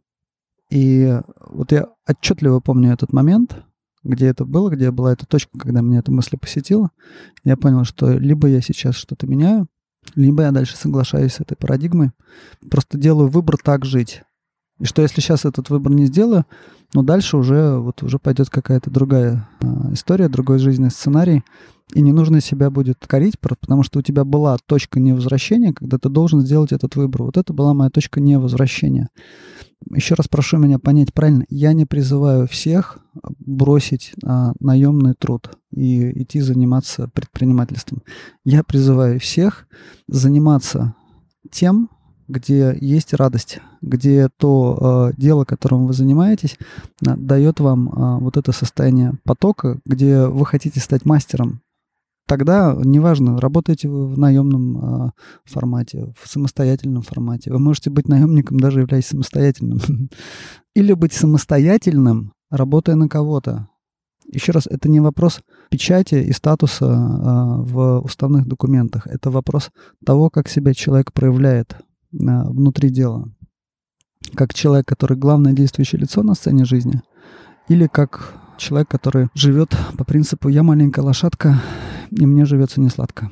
И вот я отчетливо помню этот момент, где это было, где была эта точка, когда меня эта мысль посетила. Я понял, что либо я сейчас что-то меняю, либо я дальше соглашаюсь с этой парадигмой, просто делаю выбор так жить. И что если сейчас этот выбор не сделаю, но дальше уже, вот, уже пойдет какая-то другая э, история, другой жизненный сценарий. И не нужно себя будет корить, потому что у тебя была точка невозвращения, когда ты должен сделать этот выбор. Вот это была моя точка невозвращения. Еще раз прошу меня понять правильно. Я не призываю всех бросить а, наемный труд и идти заниматься предпринимательством. Я призываю всех заниматься тем, где есть радость, где то э, дело, которым вы занимаетесь, э, дает вам э, вот это состояние потока, где вы хотите стать мастером. Тогда, неважно, работаете вы в наемном э, формате, в самостоятельном формате. Вы можете быть наемником, даже являясь самостоятельным. Или быть самостоятельным, работая на кого-то. Еще раз, это не вопрос печати и статуса э, в уставных документах. Это вопрос того, как себя человек проявляет внутри дела. Как человек, который главное действующее лицо на сцене жизни, или как человек, который живет по принципу «я маленькая лошадка, и мне живется не сладко».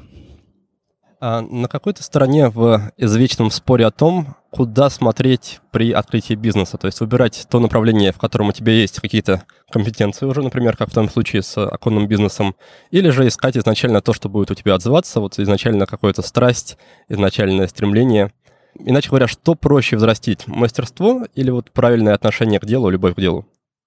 А на какой-то стороне в извечном споре о том, куда смотреть при открытии бизнеса, то есть выбирать то направление, в котором у тебя есть какие-то компетенции уже, например, как в том случае с оконным бизнесом, или же искать изначально то, что будет у тебя отзываться, вот изначально какая-то страсть, изначальное стремление. Иначе говоря, что проще взрастить? Мастерство или вот правильное отношение к делу, любовь к делу?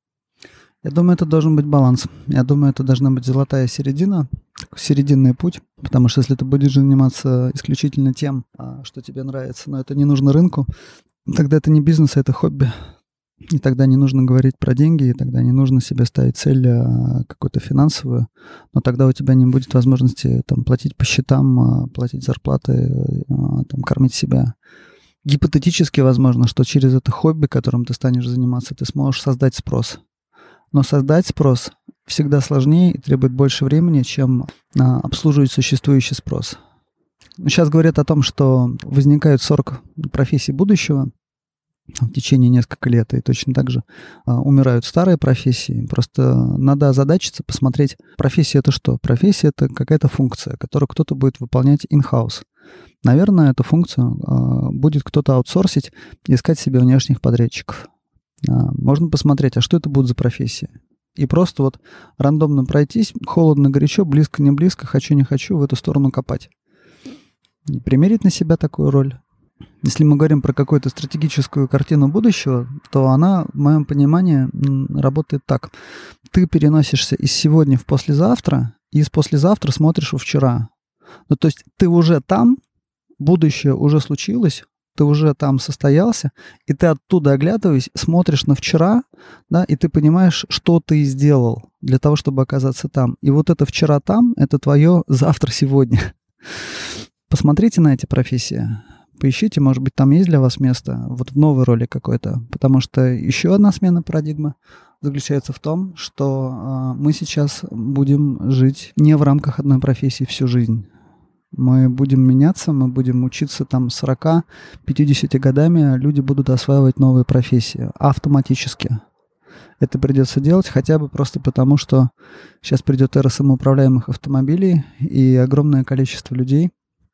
Я думаю, это должен быть баланс. Я думаю, это должна быть золотая середина, серединный путь. Потому что если ты будешь заниматься исключительно тем, что тебе нравится, но это не нужно рынку, тогда это не бизнес, а это хобби. И тогда не нужно говорить про деньги, и тогда не нужно себе ставить цель какую-то финансовую, но тогда у тебя не будет возможности там, платить по счетам, платить зарплаты, там, кормить себя. Гипотетически возможно, что через это хобби, которым ты станешь заниматься, ты сможешь создать спрос. Но создать спрос всегда сложнее и требует больше времени, чем обслуживать существующий спрос. Сейчас говорят о том, что возникают сорок профессий будущего в течение нескольких лет, и точно так же а, умирают старые профессии. Просто надо озадачиться, посмотреть, профессия — это что? Профессия — это какая-то функция, которую кто-то будет выполнять in-house. Наверное, эту функцию а, будет кто-то аутсорсить и искать себе внешних подрядчиков. А, можно посмотреть, а что это будет за профессия? И просто вот рандомно пройтись, холодно, горячо, близко, не близко, хочу, не хочу, в эту сторону копать. И примерить на себя такую роль. Если мы говорим про какую-то стратегическую картину будущего, то она, в моем понимании, работает так. Ты переносишься из сегодня в послезавтра, и из послезавтра смотришь во вчера. Ну, то есть ты уже там, будущее уже случилось, ты уже там состоялся, и ты оттуда, оглядываясь, смотришь на вчера, да, и ты понимаешь, что ты сделал для того, чтобы оказаться там. И вот это вчера там, это твое завтра сегодня. Посмотрите на эти профессии. Поищите, может быть, там есть для вас место вот в новой роли какой-то. Потому что еще одна смена парадигмы заключается в том, что э, мы сейчас будем жить не в рамках одной профессии всю жизнь. Мы будем меняться, мы будем учиться там сорок-пятьдесят годами, люди будут осваивать новые профессии автоматически. Это придется делать хотя бы просто потому, что сейчас придет эра самоуправляемых автомобилей, и огромное количество людей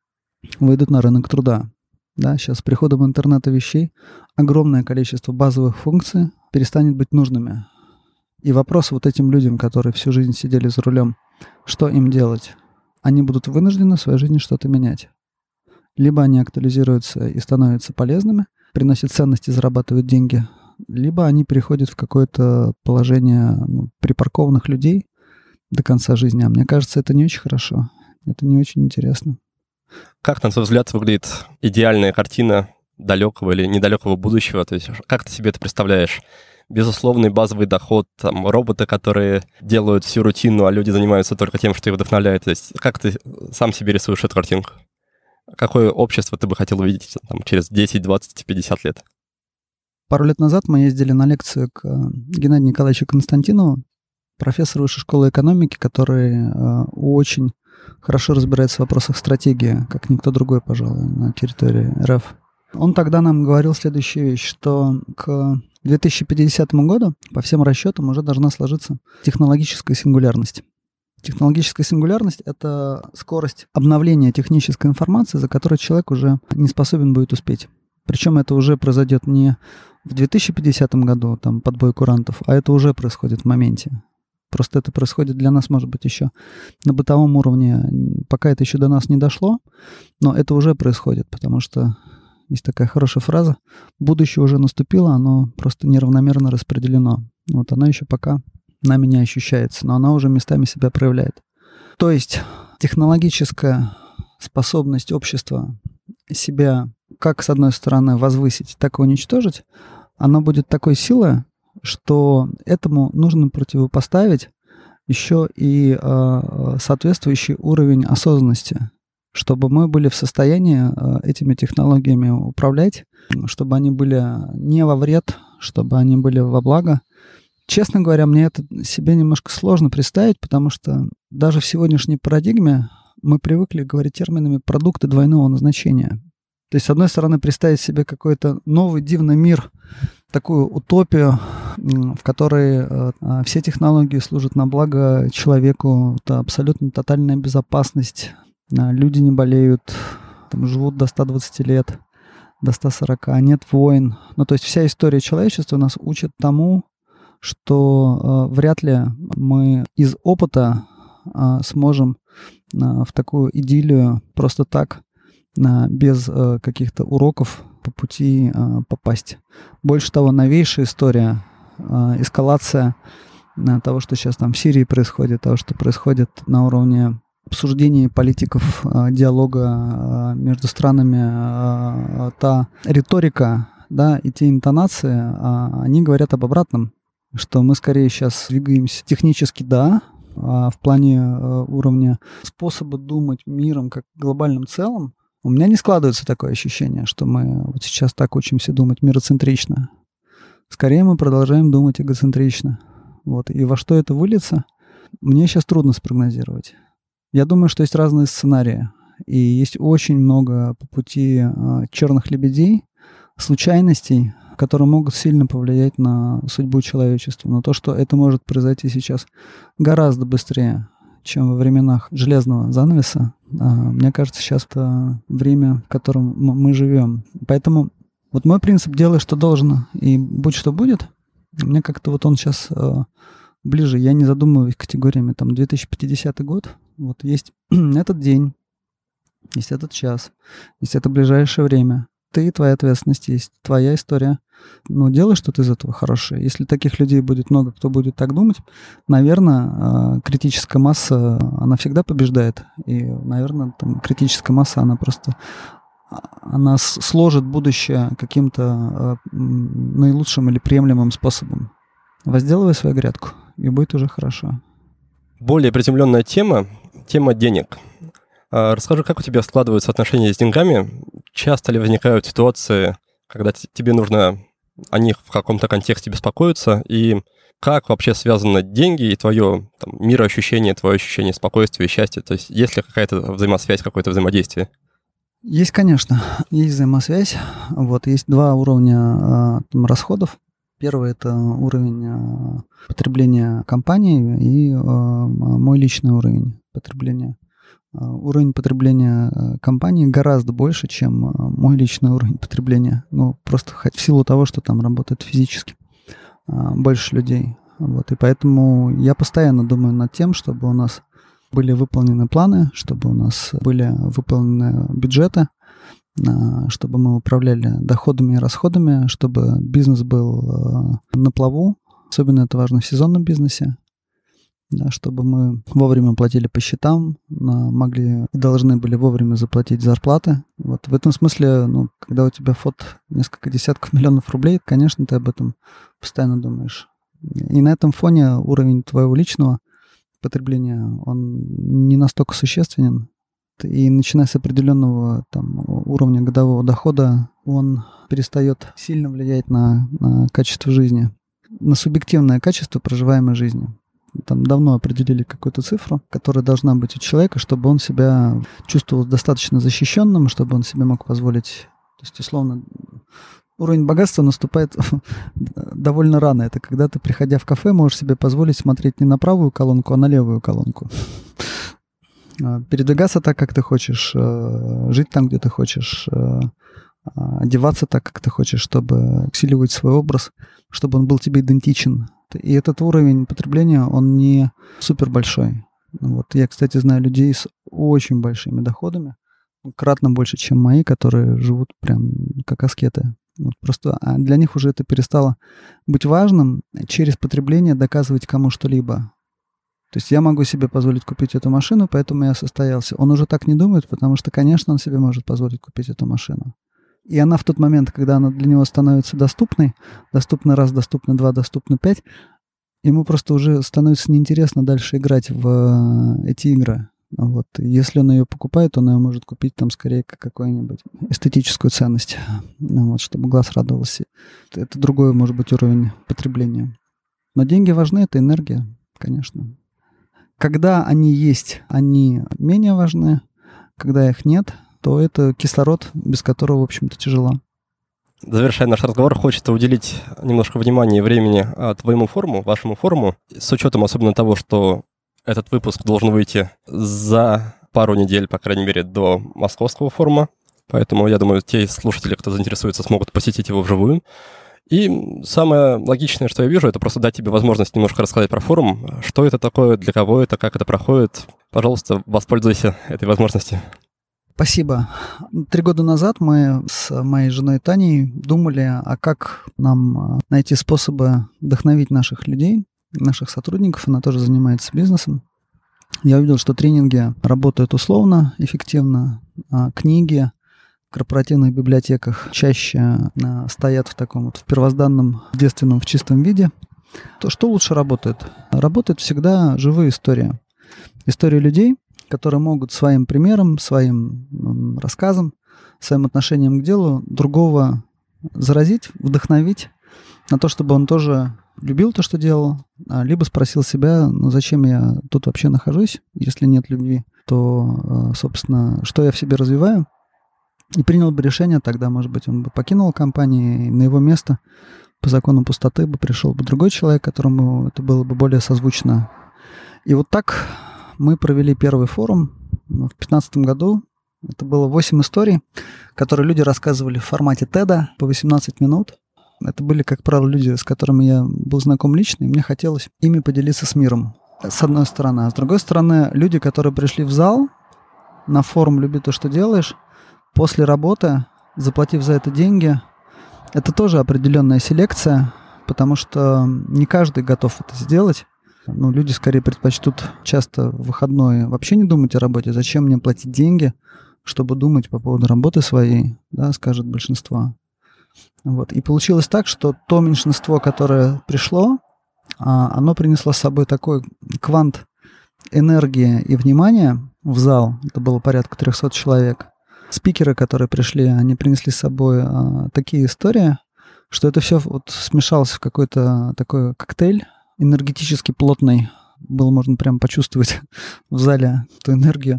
выйдут на рынок труда. Да, сейчас с приходом интернета вещей огромное количество базовых функций перестанет быть нужными. И вопрос вот этим людям, которые всю жизнь сидели за рулем, что им делать? Они будут вынуждены в своей жизни что-то менять. Либо они актуализируются и становятся полезными, приносят ценности, зарабатывают деньги, либо они переходят в какое-то положение ну, припаркованных людей до конца жизни. А мне кажется, это не очень хорошо, это не очень интересно. Как, на твой взгляд, выглядит идеальная картина далекого или недалекого будущего? То есть как ты себе это представляешь? Безусловный базовый доход, там, роботы, которые делают всю рутину, а люди занимаются только тем, что их вдохновляет. То есть как ты сам себе рисуешь эту картинку? Какое общество ты бы хотел увидеть там, через десять, двадцать, пятьдесят лет? Пару лет назад мы ездили на лекцию к Геннадию Николаевичу Константинову, профессору высшей школы экономики, который э, очень хорошо разбирается в вопросах стратегии, как никто другой, пожалуй, на территории эр эф. Он тогда нам говорил следующую вещь, что к две тысячи пятидесятому году по всем расчетам уже должна сложиться технологическая сингулярность. Технологическая сингулярность — это скорость обновления технической информации, за которой человек уже не способен будет успеть. Причем это уже произойдет не в две тысячи пятидесятом году, там, подбой курантов, а это уже происходит в моменте. Просто это происходит для нас, может быть, еще на бытовом уровне. Пока это еще до нас не дошло, но это уже происходит, потому что есть такая хорошая фраза: будущее уже наступило, оно просто неравномерно распределено. Вот оно еще пока нами не ощущается, но оно уже местами себя проявляет. То есть технологическая способность общества себя как, с одной стороны, возвысить, так и уничтожить, она будет такой силой, что этому нужно противопоставить еще и э, соответствующий уровень осознанности, чтобы мы были в состоянии э, этими технологиями управлять, чтобы они были не во вред, чтобы они были во благо. Честно говоря, мне это себе немножко сложно представить, потому что даже в сегодняшней парадигме мы привыкли говорить терминами «продукты двойного назначения». То есть, с одной стороны, представить себе какой-то новый дивный мир, такую утопию, в которой э, все технологии служат на благо человеку, это абсолютно тотальная безопасность, люди не болеют, там, живут до ста двадцати лет, до ста сорока, нет войн. Ну, то есть вся история человечества нас учит тому, что э, вряд ли мы из опыта э, сможем э, в такую идиллию просто так, без э, каких-то уроков по пути э, попасть. Больше того, новейшая история, э, эскалация э, того, что сейчас там в Сирии происходит, того, что происходит на уровне обсуждений политиков, э, диалога э, между странами, э, та риторика, да, и те интонации, э, они говорят об обратном, что мы скорее сейчас двигаемся технически, да, а в плане э, уровня способа думать миром как глобальным целым. У меня не складывается такое ощущение, что мы вот сейчас так учимся думать мироцентрично. Скорее мы продолжаем думать эгоцентрично. Вот. И во что это выльется, мне сейчас трудно спрогнозировать. Я думаю, что есть разные сценарии. И есть очень много по пути э, черных лебедей, случайностей, которые могут сильно повлиять на судьбу человечества. Но то, что это может произойти сейчас гораздо быстрее, чем во временах железного занавеса, мне кажется, сейчас это время, в котором мы живем. Поэтому вот мой принцип «делай, что должно, и будь, что будет», мне как-то вот он сейчас ближе. Я не задумываюсь категориями, там, две тысячи пятидесятый год, вот есть этот день, есть этот час, есть это ближайшее время. Ты, твоя ответственность есть, твоя история. Ну, делай что-то из этого хорошее. Если таких людей будет много, кто будет так думать, наверное, критическая масса, она всегда побеждает. И, наверное, там критическая масса, она просто, она сложит будущее каким-то наилучшим или приемлемым способом. Возделывай свою грядку, и будет уже хорошо. Более приземленная тема, тема денег. Расскажи, как у тебя складываются отношения с деньгами? Часто ли возникают ситуации, когда тебе нужно о них в каком-то контексте беспокоиться? И как вообще связаны деньги и твое там, мироощущение, твое ощущение спокойствия и счастья? То есть есть ли какая-то взаимосвязь, какое-то взаимодействие? Есть, конечно. Есть взаимосвязь. Вот, есть два уровня там, расходов. Первый – это уровень потребления компании и мой личный уровень потребления. Уровень потребления компании гораздо больше, чем мой личный уровень потребления. Ну, просто в силу того, что там работает физически больше людей. Вот. И поэтому я постоянно думаю над тем, чтобы у нас были выполнены планы, чтобы у нас были выполнены бюджеты, чтобы мы управляли доходами и расходами, чтобы бизнес был на плаву. Особенно это важно в сезонном бизнесе. Да, чтобы мы вовремя платили по счетам, могли и должны были вовремя заплатить зарплаты. Вот в этом смысле, ну, когда у тебя фот несколько десятков миллионов рублей, конечно, ты об этом постоянно думаешь. И на этом фоне уровень твоего личного потребления, он не настолько существенен. И начиная с определенного там, уровня годового дохода, он перестает сильно влиять на, на качество жизни, на субъективное качество проживаемой жизни. Там давно определили какую-то цифру, которая должна быть у человека, чтобы он себя чувствовал достаточно защищенным, чтобы он себе мог позволить. То есть, условно, уровень богатства наступает довольно рано. Это когда ты, приходя в кафе, можешь себе позволить смотреть не на правую колонку, а на левую колонку. Передвигаться так, как ты хочешь, жить там, где ты хочешь, одеваться так, как ты хочешь, чтобы усиливать свой образ, чтобы он был тебе идентичен. Вот. И этот уровень потребления, он не супер большой. Вот. Я, кстати, знаю людей с очень большими доходами, кратно больше, чем мои, которые живут прям как аскеты. Вот просто а для них уже это перестало быть важным через потребление доказывать кому что-либо. То есть я могу себе позволить купить эту машину, поэтому я состоялся. Он уже так не думает, потому что, конечно, он себе может позволить купить эту машину. И она в тот момент, когда она для него становится доступной, доступна раз, доступна два, доступна пять, ему просто уже становится неинтересно дальше играть в эти игры. Вот. Если он ее покупает, он ее может купить там скорее как какую-нибудь эстетическую ценность, вот, чтобы глаз радовался. Это другой, может быть, уровень потребления. Но деньги важны, это энергия, конечно. Когда они есть, они менее важны. Когда их нет, то это кислород, без которого, в общем-то, тяжело. Завершая наш разговор, хочется уделить немножко внимания и времени твоему форуму, вашему форуму, с учетом особенно того, что этот выпуск должен выйти за пару недель, по крайней мере, до московского форума. Поэтому, я думаю, те слушатели, кто заинтересуется, смогут посетить его вживую. И самое логичное, что я вижу, это просто дать тебе возможность немножко рассказать про форум. Что это такое, для кого это, как это проходит. Пожалуйста, воспользуйся этой возможностью. Спасибо. Три года назад мы с моей женой Таней думали, а как нам найти способы вдохновить наших людей, наших сотрудников. Она тоже занимается бизнесом. Я увидел, что тренинги работают условно, эффективно. Книги в корпоративных библиотеках чаще стоят в таком вот в первозданном, девственном, в чистом виде. То, что лучше работает? Работает всегда живые истории. Истории людей, которые могут своим примером, своим рассказом, своим отношением к делу другого заразить, вдохновить на то, чтобы он тоже любил то, что делал, либо спросил себя, ну зачем я тут вообще нахожусь, если нет любви, то, собственно, что я в себе развиваю, и принял бы решение, тогда, может быть, он бы покинул компанию, и на его место по закону пустоты бы пришел бы другой человек, которому это было бы более созвучно. И вот так мы провели первый форум в две тысячи пятнадцатом году. Это было восемь историй, которые люди рассказывали в формате теда по восемнадцать минут. Это были, как правило, люди, с которыми я был знаком лично, и мне хотелось ими поделиться с миром, с одной стороны. А с другой стороны, люди, которые пришли в зал на форум «Люби то, что делаешь», после работы, заплатив за это деньги, это тоже определенная селекция, потому что не каждый готов это сделать. Ну, люди скорее предпочтут часто в выходной вообще не думать о работе. Зачем мне платить деньги, чтобы думать по поводу работы своей, да, скажет большинство. Вот. И получилось так, что то меньшинство, которое пришло, оно принесло с собой такой квант энергии и внимания в зал. Это было порядка триста человек. Спикеры, которые пришли, они принесли с собой такие истории, что это все вот смешалось в какой-то такой коктейль энергетически плотный. Было можно прям почувствовать в зале эту энергию.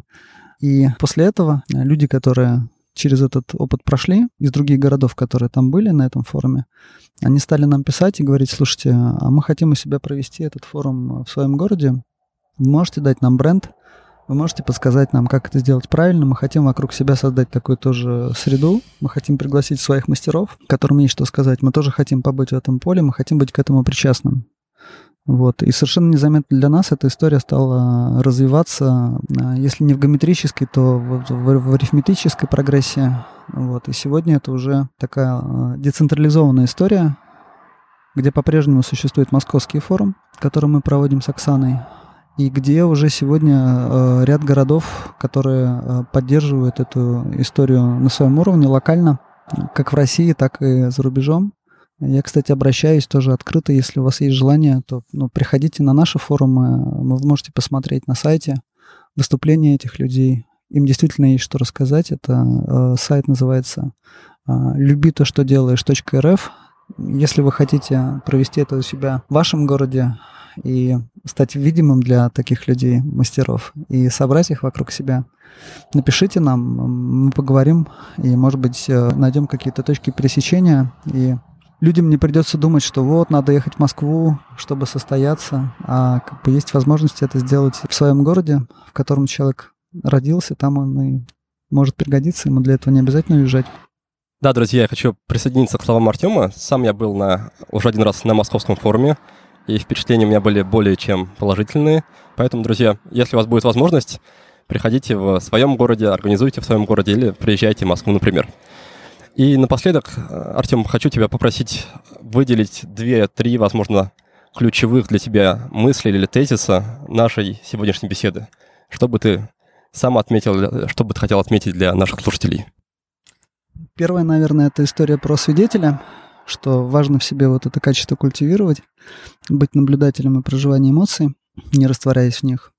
И после этого люди, которые через этот опыт прошли, из других городов, которые там были на этом форуме, они стали нам писать и говорить: слушайте, а мы хотим у себя провести этот форум в своем городе. Вы можете дать нам бренд, вы можете подсказать нам, как это сделать правильно. Мы хотим вокруг себя создать такую тоже среду. Мы хотим пригласить своих мастеров, которым есть что сказать. Мы тоже хотим побыть в этом поле, мы хотим быть к этому причастным. Вот. И совершенно незаметно для нас эта история стала развиваться, если не в геометрической, то в, в, в арифметической прогрессии. Вот. И сегодня это уже такая децентрализованная история, где по-прежнему существует московский форум, который мы проводим с Оксаной, и где уже сегодня ряд городов, которые поддерживают эту историю на своем уровне локально, как в России, так и за рубежом. Я, кстати, обращаюсь тоже открыто, если у вас есть желание, то ну, приходите на наши форумы, вы можете посмотреть на сайте выступления этих людей. Им действительно есть что рассказать. Это э, сайт называется э, люби то что делаешь точка эр эф. Если вы хотите провести это у себя в вашем городе и стать видимым для таких людей, мастеров, и собрать их вокруг себя, напишите нам, мы поговорим, и, может быть, найдем какие-то точки пересечения, и людям не придется думать, что вот, надо ехать в Москву, чтобы состояться, а как бы есть возможность это сделать в своем городе, в котором человек родился, там он и может пригодиться, ему для этого не обязательно уезжать. Да, друзья, я хочу присоединиться к словам Артема. Сам я был на, уже один раз на московском форуме, и впечатления у меня были более чем положительные. Поэтому, друзья, если у вас будет возможность, приходите в своем городе, организуйте в своем городе или приезжайте в Москву, например. И напоследок, Артем, хочу тебя попросить выделить две-три, возможно, ключевых для тебя мысли или тезиса нашей сегодняшней беседы. Что бы ты сам отметил, что бы ты хотел отметить для наших слушателей? Первое, наверное, это история про свидетеля, что важно в себе вот это качество культивировать, быть наблюдателем и проживание эмоций, не растворяясь в них.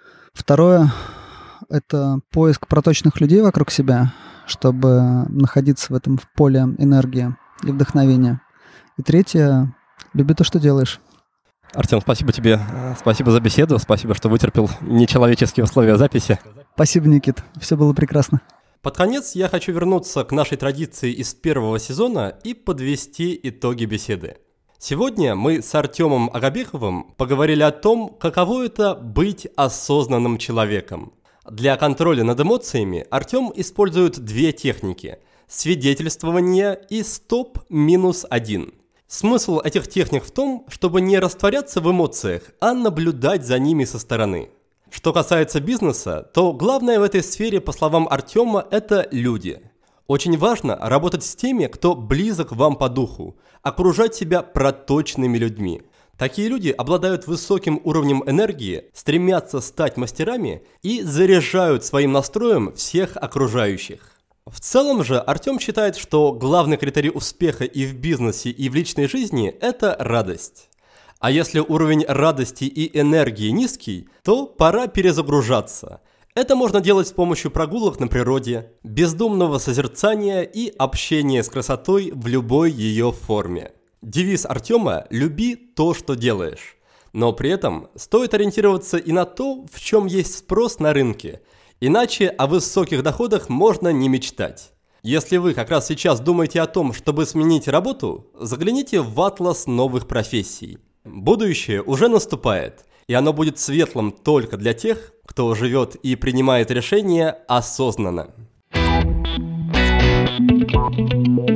Второе — это поиск проточных людей вокруг себя, чтобы находиться в этом поле энергии и вдохновения. И третье — люби то, что делаешь. Артем, спасибо тебе. Спасибо за беседу. Спасибо, что вытерпел нечеловеческие условия записи. Спасибо, Никит. Все было прекрасно. Под конец я хочу вернуться к нашей традиции из первого сезона и подвести итоги беседы. Сегодня мы с Артемом Агабековым поговорили о том, каково это быть осознанным человеком. Для контроля над эмоциями Артем использует две техники – свидетельствование и стоп минус один. Смысл этих техник в том, чтобы не растворяться в эмоциях, а наблюдать за ними со стороны. Что касается бизнеса, то главное в этой сфере, по словам Артема, это люди. Очень важно работать с теми, кто близок вам по духу, окружать себя проточными людьми. Такие люди обладают высоким уровнем энергии, стремятся стать мастерами и заряжают своим настроем всех окружающих. В целом же Артем считает, что главный критерий успеха и в бизнесе, и в личной жизни – это радость. А если уровень радости и энергии низкий, то пора перезагружаться. Это можно делать с помощью прогулок на природе, бездумного созерцания и общения с красотой в любой ее форме. Девиз Артема – «Люби то, что делаешь». Но при этом стоит ориентироваться и на то, в чем есть спрос на рынке. Иначе о высоких доходах можно не мечтать. Если вы как раз сейчас думаете о том, чтобы сменить работу, загляните в атлас новых профессий. Будущее уже наступает, и оно будет светлым только для тех, кто живет и принимает решения осознанно.